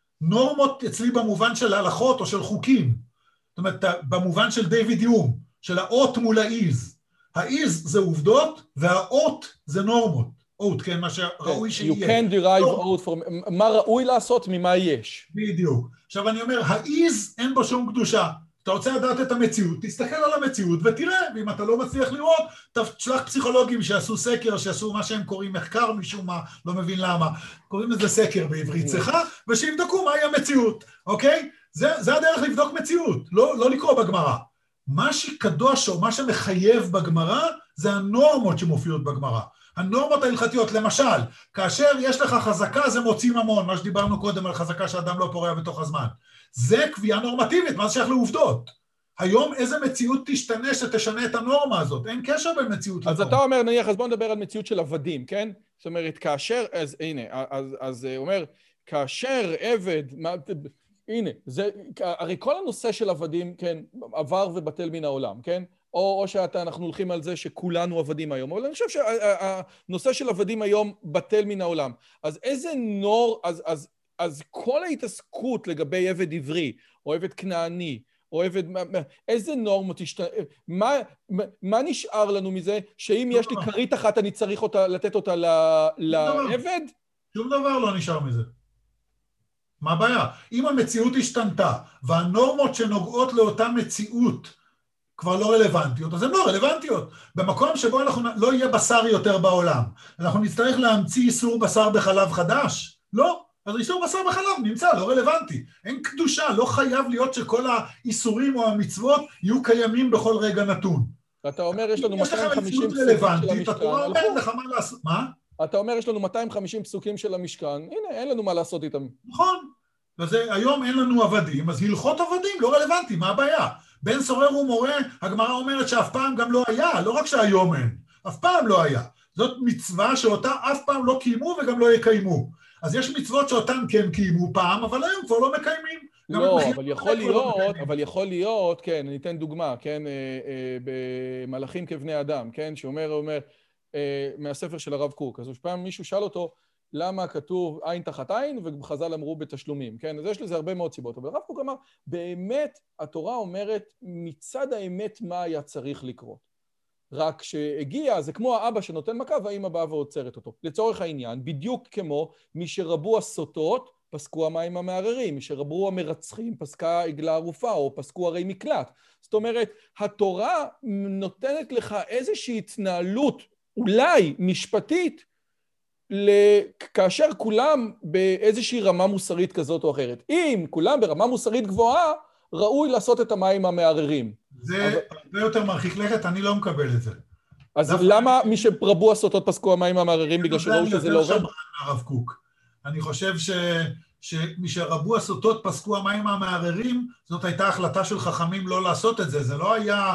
נורמות אצלי במובן של ההלכות או של חוקים. זאת אומרת, במובן של דיוויד יום, של האות מול האיז. האיז זה עובדות, והאות זה נורמות. אות, כן, מה שראוי שיהיה. You can derive oath from... מה ראוי לעשות ממה יש. בדיוק. עכשיו אני אומר, האיז אין בו שום קדושה. אתה רוצה לדעת את המציאות, תסתכל על המציאות ותראה, ואם אתה לא מצליח לראות, תשלח פסיכולוגים שיעשו סקר, שיעשו מה שהם קוראים מחקר משום מה, לא מבין למה, קוראים לזה סקר בעברית צחה, ושיבדקו מהי המציאות, אוקיי? זה, זה הדרך לבדוק מציאות, לא, לא לקרוא בגמרא. מה שקדוש או מה שמחייב בגמרא, זה הנורמות שמופיעות בגמרא. הנורמות ההלכתיות, למשל, כאשר יש לך חזקה, זה מוציא ממון, מה שדיברנו קודם על חזקה שאדם לא פורע בתוך הזמן. זה קביעה נורמטיבית, מה זה שייך לעובדות? היום איזה מציאות תשתנה שתשנה את הנורמה הזאת? אין קשר בין מציאות לנורמה. אז אתה אומר, נניח, אז בוא נדבר על מציאות של עבדים, כן? זאת אומרת, כאשר, אז הנה, אז, אז הוא אומר, כאשר עבד, מה, הנה, זה, הרי כל הנושא של עבדים, כן, עבר ובטל מן העולם, כן? או, או שאנחנו הולכים על זה שכולנו עבדים היום, אבל אני חושב שהנושא של עבדים היום בטל מן העולם. אז איזה נור, אז, אז, אז כל ההתעסקות לגבי עבד עברי, או עבד כנעני, או עבד, איזה נורמות השת... מה, מה נשאר לנו מזה, שאם יש לי כרית אחת, אני צריך אותה, לתת אותה לעבד? שום דבר לא נשאר מזה. מה הבעיה? אם המציאות השתנתה, והנורמות שנוגעות לאותה מציאות כבר לא רלוונטיות, אז הן לא רלוונטיות. במקום שבו אנחנו לא יהיה בשר יותר בעולם, אנחנו נצטרך להמציא איסור בשר בחלב חדש? לא. אז איסור בשר בחלב נמצא, לא רלוונטי. אין קדושה, לא חייב להיות שכל האיסורים או המצוות יהיו קיימים בכל רגע נתון. אתה אומר, יש לנו מאתיים וחמישים פסוקים של המשכן. התורה אומרת לך מה לעשות, מה? אתה אומר, יש לנו מאתיים וחמישים פסוקים של המשכן, הנה, אין לנו מה לעשות איתם. נכון. וזה, היום אין לנו עבדים, אז הלכות עבדים לא רלוונטי, מה הבעיה? בן סורר ומורה, הגמרא אומרת שאף פעם גם לא היה, לא רק שהיום אין, אף פעם לא היה. זאת מצווה שאותה אף פעם לא קיימו וגם לא יקיימו. אז יש מצוות שאותן כן קיימו פעם, אבל היום כבר לא מקיימים. לא, אבל יכול להיות, אבל יכול להיות, כן, אני אתן דוגמה, כן, במלאכים כבני אדם, כן, שאומר, אומר, מהספר של הרב קוק, אז פעם מישהו שאל אותו, למה כתוב עין תחת עין, ובחז"ל אמרו בתשלומים, כן? אז יש לזה הרבה מאוד סיבות, אבל הרב קוק אמר, באמת התורה אומרת, מצד האמת מה היה צריך לקרות. רק שהגיע, זה כמו האבא שנותן מכה, והאמא באה ועוצרת אותו. לצורך העניין, בדיוק כמו מי שרבו הסוטות, פסקו המים המערערים, מי שרבו המרצחים, פסקה עגלה ערופה, או פסקו הרי מקלט. זאת אומרת, התורה נותנת לך איזושהי התנהלות, אולי משפטית, כאשר כולם באיזושהי רמה מוסרית כזאת או אחרת. אם כולם ברמה מוסרית גבוהה, ראוי לעשות את המים המערערים. זה הרבה יותר מרחיק לכת, אני לא מקבל את זה. אז למה מי שרבו הסוטות פסקו המים המערערים בגלל שראו שזה לא עובד? הרב קוק. אני חושב שמי שרבו הסוטות פסקו המים המערערים, זאת הייתה החלטה של חכמים לא לעשות את זה. זה לא היה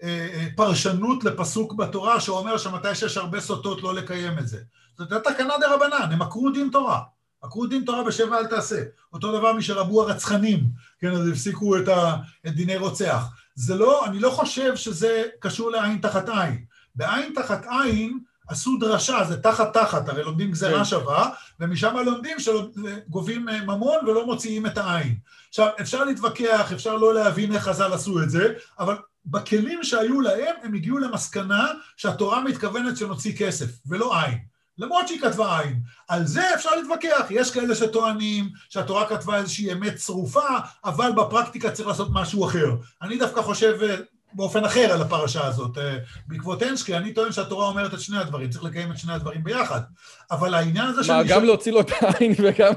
פרשנות לפסוק בתורה שאומר שמתי שיש הרבה סוטות לא לקיים את זה. זאת הייתה תקנה דרבנן, הם עקרו דין תורה. עקרו דין תורה בשבע אל תעשה. אותו דבר מי שרבו הרצחנים, כן, אז הפסיקו את, ה, את דיני רוצח. זה לא, אני לא חושב שזה קשור לעין תחת עין. בעין תחת עין עשו דרשה, זה תחת תחת, הרי לומדים גזרה שווה, ומשם לומדים שגובים ממון ולא מוציאים את העין. עכשיו, אפשר להתווכח, אפשר לא להבין איך חז"ל עשו את זה, אבל בכלים שהיו להם, הם הגיעו למסקנה שהתורה מתכוונת שנוציא כסף, ולא עין. למרות שהיא כתבה עין. על זה אפשר להתווכח. יש כאלה שטוענים שהתורה כתבה איזושהי אמת צרופה, אבל בפרקטיקה צריך לעשות משהו אחר. אני דווקא חושב באופן אחר על הפרשה הזאת. בעקבות אנסקי, אני טוען שהתורה אומרת את שני הדברים, צריך לקיים את שני הדברים ביחד. אבל העניין הזה... מה, גם להוציא לו את העין וגם...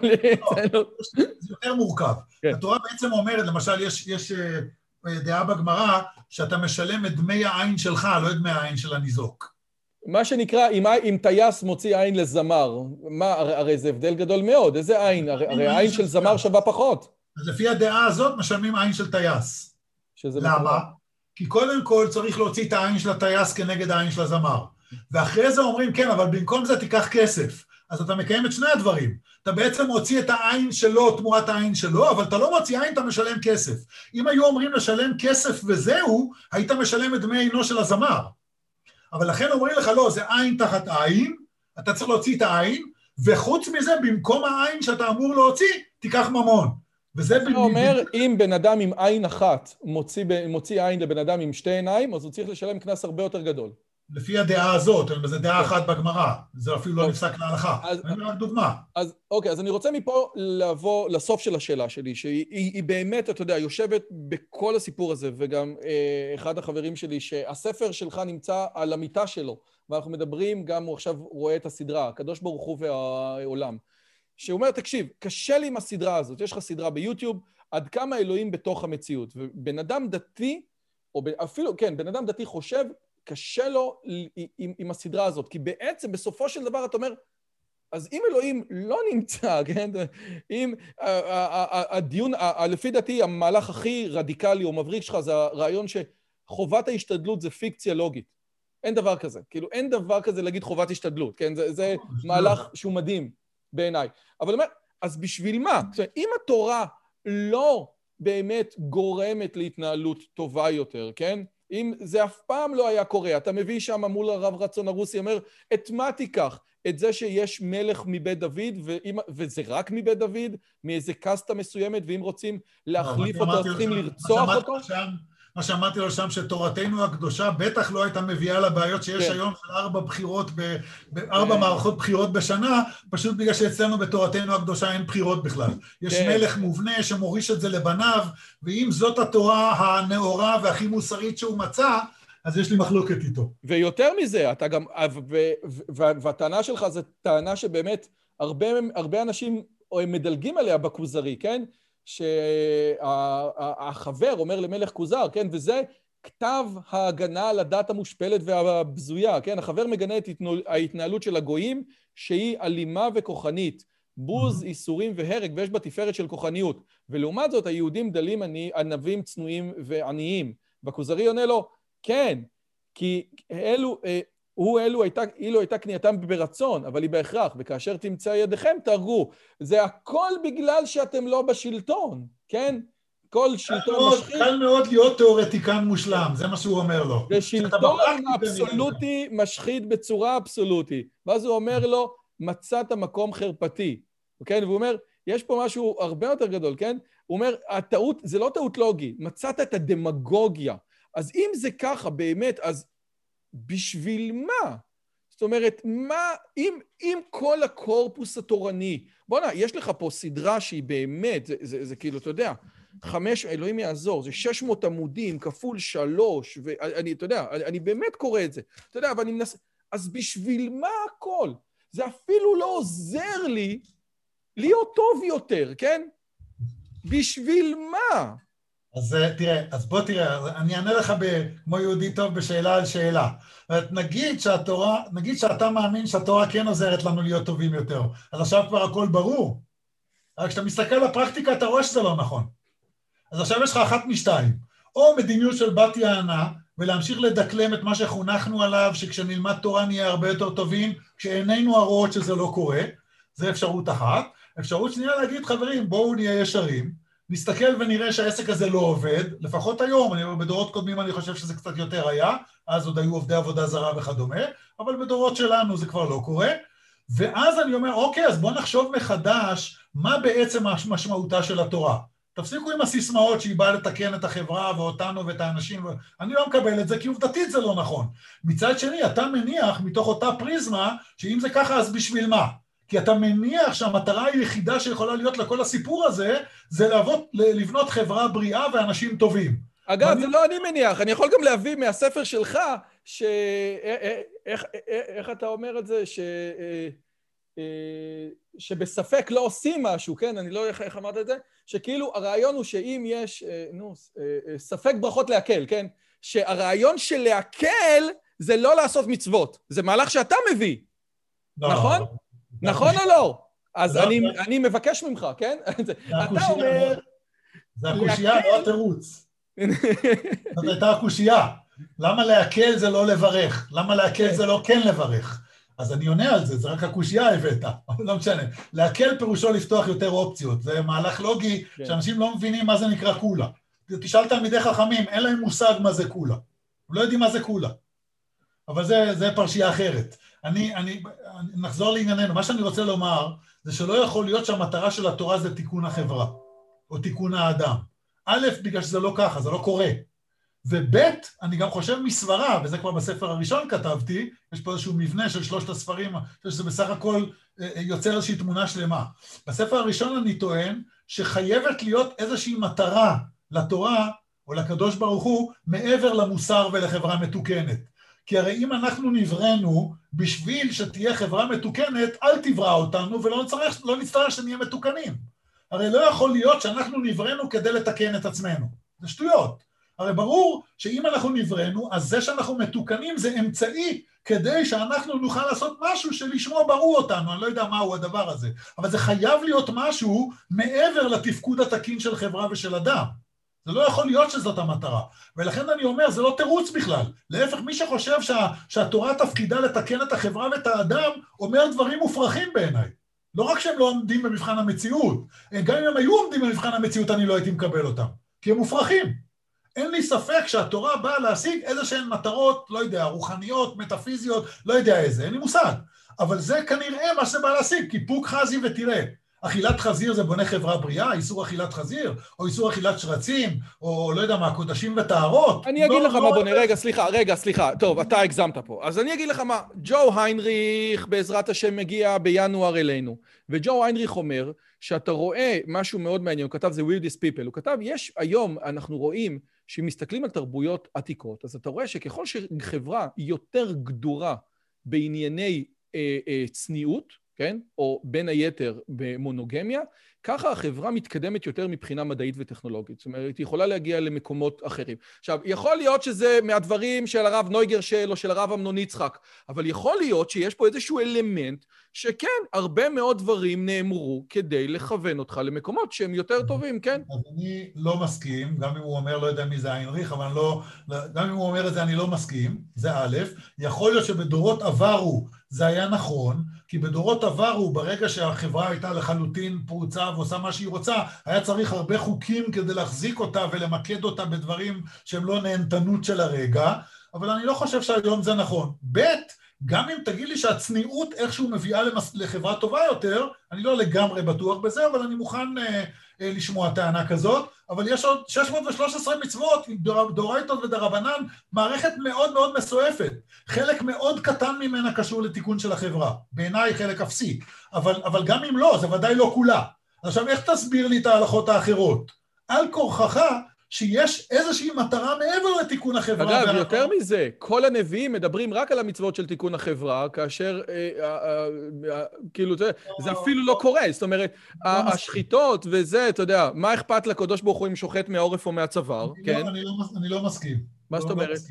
זה יותר מורכב. התורה בעצם אומרת, למשל, יש דעה בגמרא, שאתה משלם את דמי העין שלך, לא את דמי העין של הניזוק. מה שנקרא, אם, אם טייס מוציא עין לזמר, מה, הרי, הרי זה הבדל גדול מאוד, איזה עין? הרי, הרי העין של זמר שווה פחות. אז לפי הדעה הזאת משלמים עין של טייס. למה? מקרה. כי קודם כל צריך להוציא את העין של הטייס כנגד העין של הזמר. ואחרי זה אומרים, כן, אבל במקום זה תיקח כסף. אז אתה מקיים את שני הדברים. אתה בעצם מוציא את העין שלו תמורת העין שלו, אבל אתה לא מוציא עין, אתה משלם כסף. אם היו אומרים לשלם כסף וזהו, היית משלם את דמי עינו של הזמר. אבל לכן אומרים לך, לא, זה עין תחת עין, אתה צריך להוציא את העין, וחוץ מזה, במקום העין שאתה אמור להוציא, תיקח ממון. וזה... אתה אומר, אם בן אדם עם עין אחת מוציא, מוציא עין לבן אדם עם שתי עיניים, אז הוא צריך לשלם קנס הרבה יותר גדול. לפי הדעה הזאת, זו דעה אחת בגמרא, זה אפילו לא נפסק להלכה. אני רק דוגמה. אז אוקיי, אז אני רוצה מפה לבוא לסוף של השאלה שלי, שהיא באמת, אתה יודע, יושבת בכל הסיפור הזה, וגם אחד החברים שלי, שהספר שלך נמצא על המיטה שלו, ואנחנו מדברים, גם הוא עכשיו רואה את הסדרה, הקדוש ברוך הוא והעולם, שהוא אומר, תקשיב, קשה לי עם הסדרה הזאת, יש לך סדרה ביוטיוב, עד כמה אלוהים בתוך המציאות, ובן אדם דתי, או אפילו, כן, בן אדם דתי חושב, קשה לו עם, עם הסדרה הזאת, כי בעצם בסופו של דבר אתה אומר, אז אם אלוהים לא נמצא, כן? אם הדיון, לפי דעתי, המהלך הכי רדיקלי או מבריק שלך, זה הרעיון שחובת ההשתדלות זה פיקציה לוגית. אין דבר כזה. כאילו, אין דבר כזה להגיד חובת השתדלות, כן? זה, זה מהלך שהוא מדהים בעיניי. אבל אומר, אז בשביל מה? זאת אומרת, אם התורה לא באמת גורמת להתנהלות טובה יותר, כן? אם זה אף פעם לא היה קורה, אתה מביא שם מול הרב רצון הרוסי, אומר, את מה תיקח? את זה שיש מלך מבית דוד, ואם, וזה רק מבית דוד, מאיזה קסטה מסוימת, ואם רוצים להחליף אותו, צריכים לרצוח אותו? מה שאמרתי לו שם, שתורתנו הקדושה בטח לא הייתה מביאה לבעיות שיש כן. היום של ארבע בחירות, ב, בארבע כן. מערכות בחירות בשנה, פשוט בגלל שאצלנו בתורתנו הקדושה אין בחירות בכלל. יש כן. מלך מובנה שמוריש את זה לבניו, ואם זאת התורה הנאורה והכי מוסרית שהוא מצא, אז יש לי מחלוקת איתו. ויותר מזה, אתה גם, והטענה שלך זו טענה שבאמת הרבה, הרבה אנשים מדלגים עליה בכוזרי, כן? שהחבר אומר למלך כוזר, כן? וזה כתב ההגנה על הדת המושפלת והבזויה, כן? החבר מגנה את ההתנהלות של הגויים, שהיא אלימה וכוחנית, בוז, איסורים והרג, ויש בה תפארת של כוחניות. ולעומת זאת, היהודים דלים ענבים צנועים ועניים. והכוזרי עונה לו, כן, כי אלו, הוא אלו הייתה, אילו הייתה קנייתם ברצון, אבל היא בהכרח, וכאשר תמצא ידיכם תהרגו. זה הכל בגלל שאתם לא בשלטון, כן? כל שלטון משחית. קל מאוד להיות תיאורטיקן מושלם, זה מה שהוא אומר לו. ושלטון אבסולוטי משחית בצורה אבסולוטית. ואז הוא אומר לו, מצאת מקום חרפתי. כן? והוא אומר, יש פה משהו הרבה יותר גדול, כן? הוא אומר, הטעות, זה לא טעות לוגי, מצאת את הדמגוגיה. אז אם זה ככה באמת, אז בשביל מה? זאת אומרת, מה, אם, אם כל הקורפוס התורני, בוא נה, יש לך פה סדרה שהיא באמת, זה, זה, זה כאילו, אתה יודע, חמש, אלוהים יעזור, זה שש מאות עמודים, כפול שלוש, ואני, אתה יודע, אני, אני באמת קורא את זה, אתה יודע, אבל אני מנסה, אז בשביל מה הכל? זה אפילו לא עוזר לי להיות טוב יותר, כן? בשביל מה? אז תראה, אז בוא תראה, אני אענה לך כמו יהודי טוב בשאלה על שאלה. נגיד שהתורה, נגיד שאתה מאמין שהתורה כן עוזרת לנו להיות טובים יותר, אז עכשיו כבר הכל ברור. רק כשאתה מסתכל על הפרקטיקה, אתה רואה שזה לא נכון. אז עכשיו יש לך אחת משתיים, או מדיניות של בת יענה, ולהמשיך לדקלם את מה שחונכנו עליו, שכשנלמד תורה נהיה הרבה יותר טובים, כשעינינו הרואות שזה לא קורה, זה אפשרות אחת. אפשרות שנייה להגיד, חברים, בואו נהיה ישרים, נסתכל ונראה שהעסק הזה לא עובד, לפחות היום, אני, בדורות קודמים אני חושב שזה קצת יותר היה, אז עוד היו עובדי עבודה זרה וכדומה, אבל בדורות שלנו זה כבר לא קורה, ואז אני אומר, אוקיי, אז בואו נחשוב מחדש, מה בעצם המשמעותה של התורה. תפסיקו עם הסיסמאות שהיא באה לתקן את החברה ואותנו ואת האנשים, אני לא מקבל את זה, כי עובדתית זה לא נכון. מצד שני, אתה מניח מתוך אותה פריזמה, שאם זה ככה, אז בשביל מה? כי אתה מניח שהמטרה היחידה שיכולה להיות לכל הסיפור הזה, זה לעבוד, לבנות חברה בריאה ואנשים טובים. אגב, ואני... זה לא אני מניח, אני יכול גם להביא מהספר שלך, ש... איך, איך אתה אומר את זה, ש... שבספק לא עושים משהו, כן? אני לא איך, איך אמרת את זה, שכאילו הרעיון הוא שאם יש, נו, ספק ברכות להקל, כן? שהרעיון של להקל זה לא לעשות מצוות, זה מהלך שאתה מביא, לא. נכון? נכון או לא? אז אני מבקש ממך, כן? אתה אומר... זה הקושייה, לא התירוץ. זאת הייתה הקושייה. למה להקל זה לא לברך? למה להקל זה לא כן לברך? אז אני עונה על זה, זה רק הקושייה הבאת, אבל לא משנה. להקל פירושו לפתוח יותר אופציות, זה מהלך לוגי שאנשים לא מבינים מה זה נקרא קולה. תשאל תלמידי חכמים, אין להם מושג מה זה קולה. הם לא יודעים מה זה קולה. אבל זה, זה פרשייה אחרת. אני, אני, נחזור לענייננו. מה שאני רוצה לומר, זה שלא יכול להיות שהמטרה של התורה זה תיקון החברה, או תיקון האדם. א', בגלל שזה לא ככה, זה לא קורה. וב', אני גם חושב מסברה, וזה כבר בספר הראשון כתבתי, יש פה איזשהו מבנה של שלושת הספרים, שזה בסך הכל יוצר איזושהי תמונה שלמה. בספר הראשון אני טוען, שחייבת להיות איזושהי מטרה לתורה, או לקדוש ברוך הוא, מעבר למוסר ולחברה מתוקנת. כי הרי אם אנחנו נבראנו בשביל שתהיה חברה מתוקנת, אל תברא אותנו ולא נצטרך, לא נצטרך שנהיה מתוקנים. הרי לא יכול להיות שאנחנו נבראנו כדי לתקן את עצמנו. זה שטויות. הרי ברור שאם אנחנו נבראנו, אז זה שאנחנו מתוקנים זה אמצעי כדי שאנחנו נוכל לעשות משהו שלשמו בראו אותנו. אני לא יודע מהו הדבר הזה. אבל זה חייב להיות משהו מעבר לתפקוד התקין של חברה ושל אדם. זה לא יכול להיות שזאת המטרה. ולכן אני אומר, זה לא תירוץ בכלל. להפך, מי שחושב שה, שהתורה תפקידה לתקן את החברה ואת האדם, אומר דברים מופרכים בעיניי. לא רק שהם לא עומדים במבחן המציאות, גם אם הם היו עומדים במבחן המציאות, אני לא הייתי מקבל אותם. כי הם מופרכים. אין לי ספק שהתורה באה להשיג איזה שהן מטרות, לא יודע, רוחניות, מטאפיזיות, לא יודע איזה, אין לי מושג. אבל זה כנראה מה שזה בא להשיג, כי פוק חזי ותראה. אכילת חזיר זה בונה חברה בריאה, איסור אכילת חזיר, או איסור אכילת שרצים, או לא יודע מה, קודשים וטהרות. אני אגיד לך מה, בונה, רגע, סליחה, רגע, סליחה, טוב, אתה הגזמת פה. אז אני אגיד לך מה, ג'ו היינריך בעזרת השם מגיע בינואר אלינו, וג'ו היינריך אומר שאתה רואה משהו מאוד מעניין, הוא כתב זה weirdest people, הוא כתב, יש היום, אנחנו רואים, שמסתכלים על תרבויות עתיקות, אז אתה רואה שככל שחברה יותר גדורה בענייני אה, אה, צניעות, כן? או בין היתר במונוגמיה, ככה החברה מתקדמת יותר מבחינה מדעית וטכנולוגית. זאת אומרת, היא יכולה להגיע למקומות אחרים. עכשיו, יכול להיות שזה מהדברים של הרב נויגרשל או של הרב אמנון יצחק, אבל יכול להיות שיש פה איזשהו אלמנט שכן, הרבה מאוד דברים נאמרו כדי לכוון אותך למקומות שהם יותר טובים, כן? אז אני לא מסכים, גם אם הוא אומר, לא יודע מי זה היינריך, אבל לא, גם אם הוא אומר את זה, אני לא מסכים, זה א', יכול להיות שבדורות עברו זה היה נכון, כי בדורות עברו, ברגע שהחברה הייתה לחלוטין פרוצה ועושה מה שהיא רוצה, היה צריך הרבה חוקים כדי להחזיק אותה ולמקד אותה בדברים שהם לא נהנתנות של הרגע, אבל אני לא חושב שהיום זה נכון. ב', גם אם תגיד לי שהצניעות איכשהו מביאה למס... לחברה טובה יותר, אני לא לגמרי בטוח בזה, אבל אני מוכן אה, אה, לשמוע טענה כזאת, אבל יש עוד שש מאות ושלוש עשרה מצוות, דור, דורייתות ודרבנן, מערכת מאוד מאוד מסועפת. חלק מאוד קטן ממנה קשור לתיקון של החברה. בעיניי חלק אפסי, אבל, אבל גם אם לא, זה ודאי לא כולה. עכשיו, איך תסביר לי את ההלכות האחרות? על כורחך, שיש איזושהי מטרה מעבר לתיקון החברה. אגב, יותר מזה, כל הנביאים מדברים רק על המצוות של תיקון החברה, כאשר, כאילו, זה אפילו לא קורה. זאת אומרת, השחיטות וזה, אתה יודע, מה אכפת לקדוש ברוך הוא אם שוחט מהעורף או מהצוואר, כן? אני לא מסכים. מה זאת אומרת?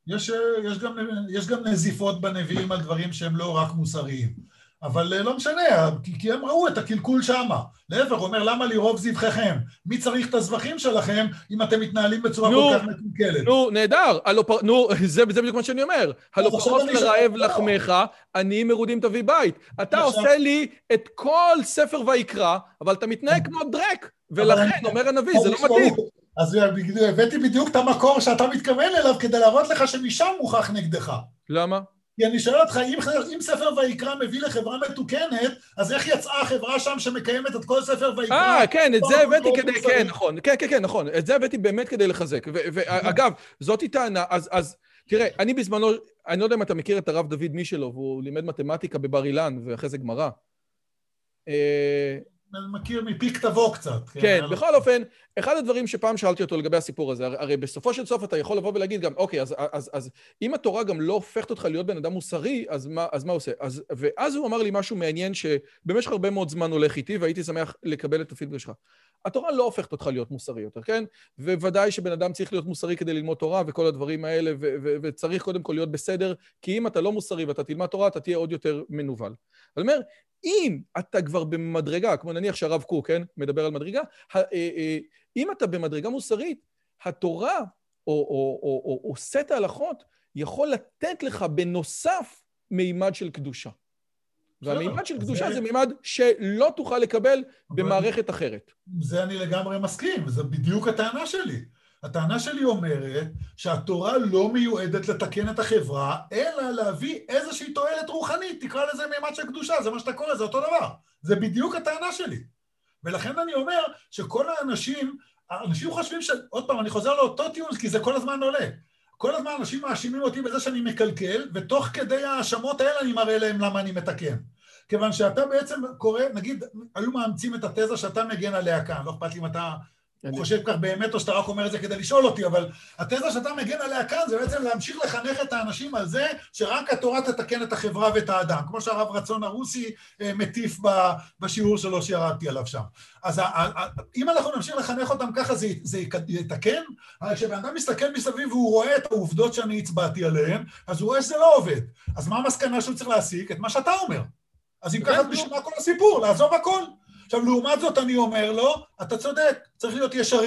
יש גם נזיפות בנביאים על דברים שהם לא רק מוסריים. אבל לא משנה, כי הם ראו את הקלקול שמה. להפך, הוא אומר, למה לרוב זבחיכם? מי צריך את הזבחים שלכם אם אתם מתנהלים בצורה כל כך מקולקלת? נו, נהדר. נו, זה בדיוק מה שאני אומר. הלא פרוס לרעב לחמך, עניים מרודים תביא בית. אתה עושה לי את כל ספר ויקרא, אבל אתה מתנהג כמו דרק. ולכן, אומר הנביא, זה לא מתאים. אז הבאתי בדיוק את המקור שאתה מתכוון אליו, כדי להראות לך שמשם מוכח נגדך. למה? כי אני שואל אותך, אם, אם ספר ויקרא מביא לחברה מתוקנת, אז איך יצאה החברה שם שמקיימת את כל ספר ויקרא? אה, כן, את זה הבאתי כדי, כן, נכון, כן, כן, כן, נכון, את זה הבאתי באמת כדי לחזק. ואגב, זאת היא טענה, אז, אז, תראה, אני בזמנו, אני לא יודע אם אתה מכיר את הרב דוד מישלוב, הוא לימד מתמטיקה בבר אילן, ואחרי זה גמרא. אני מכיר מפי כתבו קצת. כן, בכל אופן, אחד הדברים שפעם שאלתי אותו לגבי הסיפור הזה, הרי בסופו של סוף אתה יכול לבוא ולהגיד גם, אוקיי, אז, אז, אז אם התורה גם לא הופכת אותך להיות בן אדם מוסרי, אז מה, אז מה עושה? אז, ואז הוא אמר לי משהו מעניין שבמשך הרבה מאוד זמן הולך איתי, והייתי שמח לקבל את הפידבק שלך. התורה לא הופכת אותך להיות מוסרי יותר, כן? וודאי שבן אדם צריך להיות מוסרי כדי ללמוד תורה וכל הדברים האלה, ו- ו- וצריך קודם כל להיות בסדר, כי אם אתה לא מוסרי ואתה תלמד תורה, אתה תהיה עוד יותר מנוול. אני אומר, אם אתה כבר במדרגה, כמו נניח שהרב קוק, כן? מדבר על מדרגה, אם אתה במדרגה מוסרית, התורה או, או, או, או, או סט ההלכות יכול לתת לך בנוסף מימד של קדושה. והמימד של קדושה זה מימד שלא תוכל לקבל במערכת אחרת. זה אני לגמרי מסכים, זה בדיוק הטענה שלי. הטענה שלי אומרת שהתורה לא מיועדת לתקן את החברה, אלא להביא איזושהי תועלת רוחנית, תקרא לזה מימד של קדושה, זה מה שאתה קורא, זה אותו דבר. זה בדיוק הטענה שלי. ולכן אני אומר שכל האנשים, האנשים חושבים ש... עוד פעם, אני חוזר לאותו טיעון, כי זה כל הזמן עולה. כל הזמן אנשים מאשימים אותי בזה שאני מקלקל, ותוך כדי האשמות האלה אני מראה להם למה אני מתקן. כיוון שאתה בעצם קורא, נגיד, היו מאמצים את התזה שאתה מגן עליה כאן, לא אכפת לי אם אתה חושב כך באמת, או שאתה רק אומר את זה כדי לשאול אותי, אבל התזה שאתה מגן עליה כאן, זה בעצם להמשיך לחנך את האנשים על זה, שרק התורה תתקן את החברה ואת האדם, כמו שהרב רצון הרוסי מטיף בשיעור שלו שירדתי עליו שם. אז אם אנחנו נמשיך לחנך אותם ככה, זה יתקן, כשבן אדם מסתכל מסביב והוא רואה את העובדות שאני הצבעתי עליהן, אז הוא רואה שזה לא עובד. אז מה המסקנה שהוא צריך להסיק? את מה שאתה אומר. אז אם ככה בשביל מה כל הסיפור, לעזוב הכל. עכשיו, לעומת זאת אני אומר לו, אתה צודק, צריך להיות ישרים,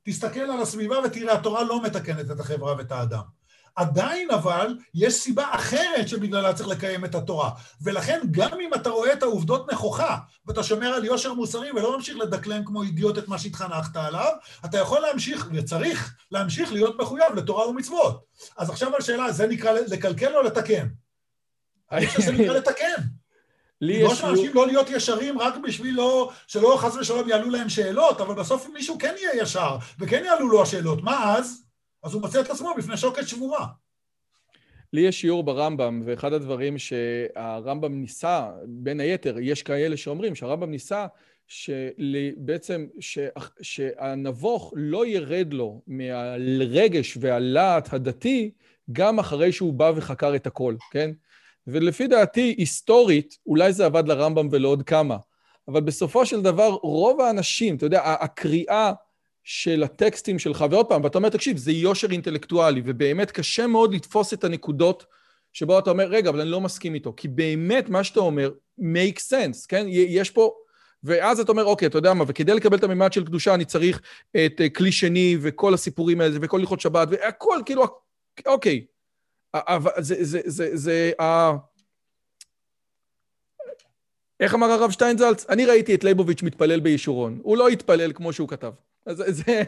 תסתכל על הסביבה ותראה, התורה לא מתקנת את החברה ואת האדם. עדיין אבל יש סיבה אחרת שבגללה צריך לקיים את התורה. ולכן גם אם אתה רואה את העובדות נכוחה, ואתה שומר על יושר מוסרי ולא ממשיך לדקלם כמו אידיוט את מה שהתחנכת עליו, אתה יכול להמשיך, וצריך להמשיך להיות מחויב לתורה ומצוות. אז עכשיו על שאלה, זה נקרא לקלקל או לתקן? אני חושב שזה נקרא לתקן. לדרוש מאנשים לא להיות ישרים רק בשביל לא, שלא חס ושלום יעלו להם שאלות, אבל בסוף מישהו כן יהיה ישר, וכן יעלו לו השאלות. מה אז? אז הוא מוצא את עצמו בפני שוקת שבורה. לי יש שיעור ברמב"ם, ואחד הדברים שהרמב"ם ניסה, בין היתר, יש כאלה שאומרים שהרמב"ם ניסה שבעצם שהנבוך לא ירד לו מהרגש והלהט הדתי, גם אחרי שהוא בא וחקר את הכל, כן? ולפי דעתי, היסטורית, אולי זה עבד לרמב"ם ולא עוד כמה, אבל בסופו של דבר, רוב האנשים, אתה יודע, הקריאה של הטקסטים שלך, ועוד פעם, ואתה אומר, תקשיב, זה יושר אינטלקטואלי, ובאמת קשה מאוד לתפוס את הנקודות שבו אתה אומר, רגע, אבל אני לא מסכים איתו, כי באמת מה שאתה אומר, make sense, כן? יש פה, ואז אתה אומר, אוקיי, אתה יודע מה, וכדי לקבל את הממד של קדושה, אני צריך את כלי שני, וכל הסיפורים האלה, וכל הלכות שבת, והכל, כאילו, אוקיי, אבל זה, זה, זה, זה, איך אמר הרב שטיינזלץ? אני ראיתי את ליבוביץ' מתפלל בישורון. הוא לא התפלל כמו שהוא כתב. אז זה,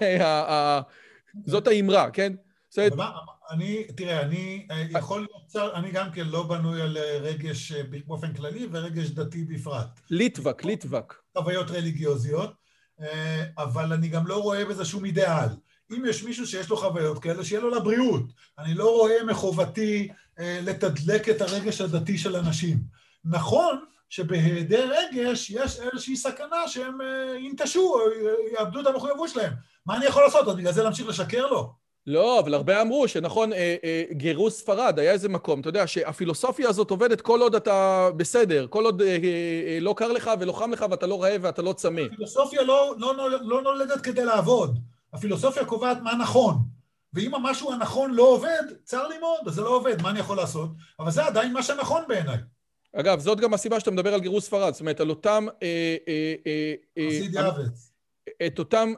זאת האמרה, כן? אני, תראה, אני יכול להיות, אני גם כן לא בנוי על רגש באופן כללי ורגש דתי בפרט. ליטבק, ליטבק. חוויות רליגיוזיות, אבל אני גם לא רואה בזה שום אידיאל. אם יש מישהו שיש לו חוויות כאלה, שיהיה לו לבריאות. אני לא רואה מחובתי לתדלק את הרגש הדתי של אנשים. נכון שבהיעדר רגש יש איזושהי סכנה שהם ינטשו, יאבדו את המחויבות שלהם. מה אני יכול לעשות? אז בגלל זה להמשיך לשקר לו? לא, אבל הרבה אמרו שנכון, גירוש ספרד, היה איזה מקום, אתה יודע, שהפילוסופיה הזאת עובדת כל עוד אתה בסדר, כל עוד לא קר לך ולא חם לך ואתה לא רעב ואתה לא צמא. הפילוסופיה לא, לא, לא נולדת כדי לעבוד. הפילוסופיה קובעת מה נכון. ואם המשהו הנכון לא עובד, צר לי מאוד, אז זה לא עובד, מה אני יכול לעשות? אבל זה עדיין מה שנכון בעיניי. אגב, זאת גם הסיבה שאתה מדבר על גירוש ספרד, זאת אומרת, על אותם... חסיד יעבץ. את אותם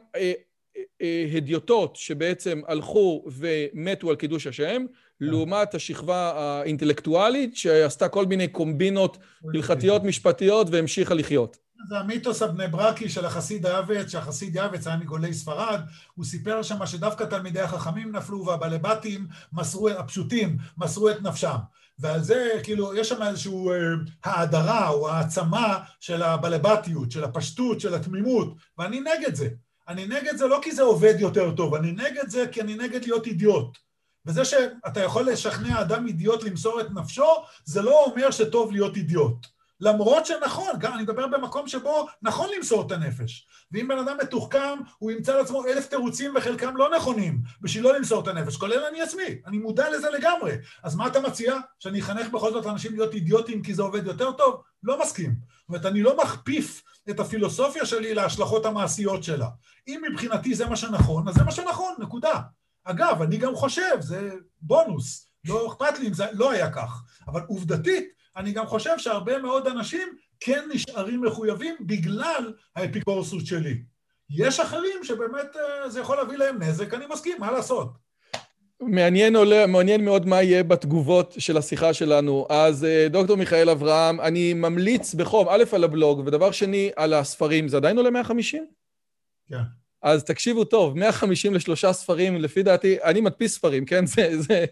הדיוטות שבעצם הלכו ומתו על קידוש השם, לעומת השכבה האינטלקטואלית, שעשתה כל מיני קומבינות הלכתיות משפטיות והמשיכה לחיות. זה המיתוס הבני ברקי של החסיד יעבץ, שהחסיד יעבץ היה מגולי ספרד, הוא סיפר שמה שדווקא תלמידי החכמים נפלו, והבעלבתים מסרו, הפשוטים מסרו את נפשם. ועל זה, כאילו, יש שם איזשהו האדרה או העצמה של הבעלבתיות, של הפשטות, של התמימות, ואני נגד זה. אני נגד זה לא כי זה עובד יותר טוב, אני נגד זה כי אני נגד להיות אידיוט. וזה שאתה יכול לשכנע אדם אידיוט למסור את נפשו, זה לא אומר שטוב להיות אידיוט. למרות שנכון, גם אני מדבר במקום שבו נכון למסור את הנפש. ואם בן אדם מתוחכם, הוא ימצא לעצמו אלף תירוצים וחלקם לא נכונים, בשביל לא למסור את הנפש, כולל אני עצמי, אני מודע לזה לגמרי. אז מה אתה מציע? שאני אחנך בכל זאת אנשים להיות אידיוטים כי זה עובד יותר טוב? לא מסכים. זאת אומרת, אני לא מכפיף את הפילוסופיה שלי להשלכות המעשיות שלה. אם מבחינתי זה מה שנכון, אז זה מה שנכון, נקודה. אגב, אני גם חושב, זה בונוס, לא אכפת לי אם זה לא היה כך, אבל עובדתית, אני גם חושב שהרבה מאוד אנשים כן נשארים מחויבים בגלל האפיקורסות שלי. יש אחרים שבאמת זה יכול להביא להם נזק, אני מסכים, מה לעשות? מעניין, עולה, מעניין מאוד מה יהיה בתגובות של השיחה שלנו. אז דוקטור מיכאל אברהם, אני ממליץ בחום, א' על הבלוג, ודבר שני על הספרים, זה עדיין עולה מאה וחמישים? כן. אז תקשיבו טוב, מאה וחמישים לשלושה ספרים, לפי דעתי, אני מדפיס ספרים, כן? זה, זה,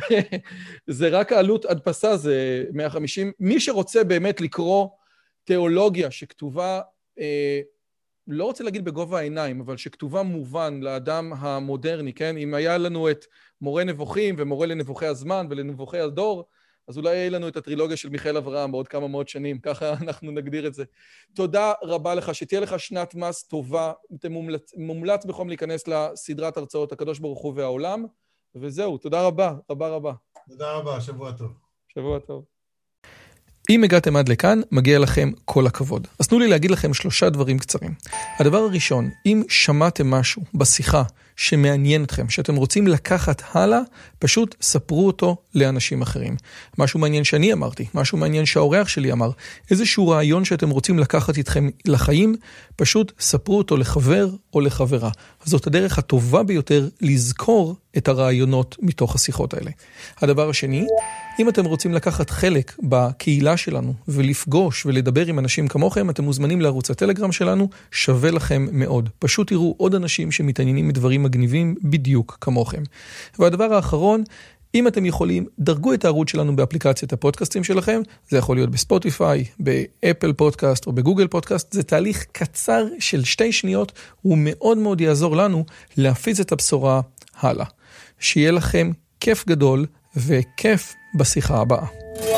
זה רק העלות הדפסה, זה מאה וחמישים. מי שרוצה באמת לקרוא תיאולוגיה שכתובה, אה, לא רוצה להגיד בגובה העיניים, אבל שכתובה מובן לאדם המודרני, כן? אם היה לנו את מורה נבוכים ומורה לנבוכי הזמן ולנבוכי הדור, אז אולי יהיה לנו את הטרילוגיה של מיכאל אברהם בעוד כמה מאות שנים, ככה אנחנו נגדיר את זה. תודה רבה לך, שתהיה לך שנת מס טובה, מומלץ, מומלץ בחום להיכנס לסדרת הרצאות הקדוש ברוך הוא והעולם, וזהו, תודה רבה, רבה רבה. תודה רבה, שבוע טוב. שבוע טוב. אם הגעתם עד לכאן, מגיע לכם כל הכבוד. אז תנו לי להגיד לכם שלושה דברים קצרים. הדבר הראשון, אם שמעתם משהו בשיחה שמעניין אתכם, שאתם רוצים לקחת הלאה, פשוט ספרו אותו לאנשים אחרים. משהו מעניין שאני אמרתי, משהו מעניין שהאורח שלי אמר, איזשהו רעיון שאתם רוצים לקחת איתכם לחיים, פשוט ספרו אותו לחבר או לחברה. זאת הדרך הטובה ביותר לזכור את הרעיונות מתוך השיחות האלה. הדבר השני, אם אתם רוצים לקחת חלק בקהילה שלנו ולפגוש ולדבר עם אנשים כמוכם, אתם מוזמנים לערוץ הטלגרם שלנו, שווה לכם מאוד. פשוט תראו עוד אנשים שמתעניינים מדברים מגניבים בדיוק כמוכם. והדבר האחרון, אם אתם יכולים, דרגו את הערוץ שלנו באפליקציית הפודקאסטים שלכם, זה יכול להיות בספוטיפיי, באפל פודקאסט או בגוגל פודקאסט, זה תהליך קצר של שתי שניות, הוא מאוד מאוד יעזור לנו להפיץ את הבשורה הלאה. שיהיה לכם כיף גדול וכיף בשיחה הבאה.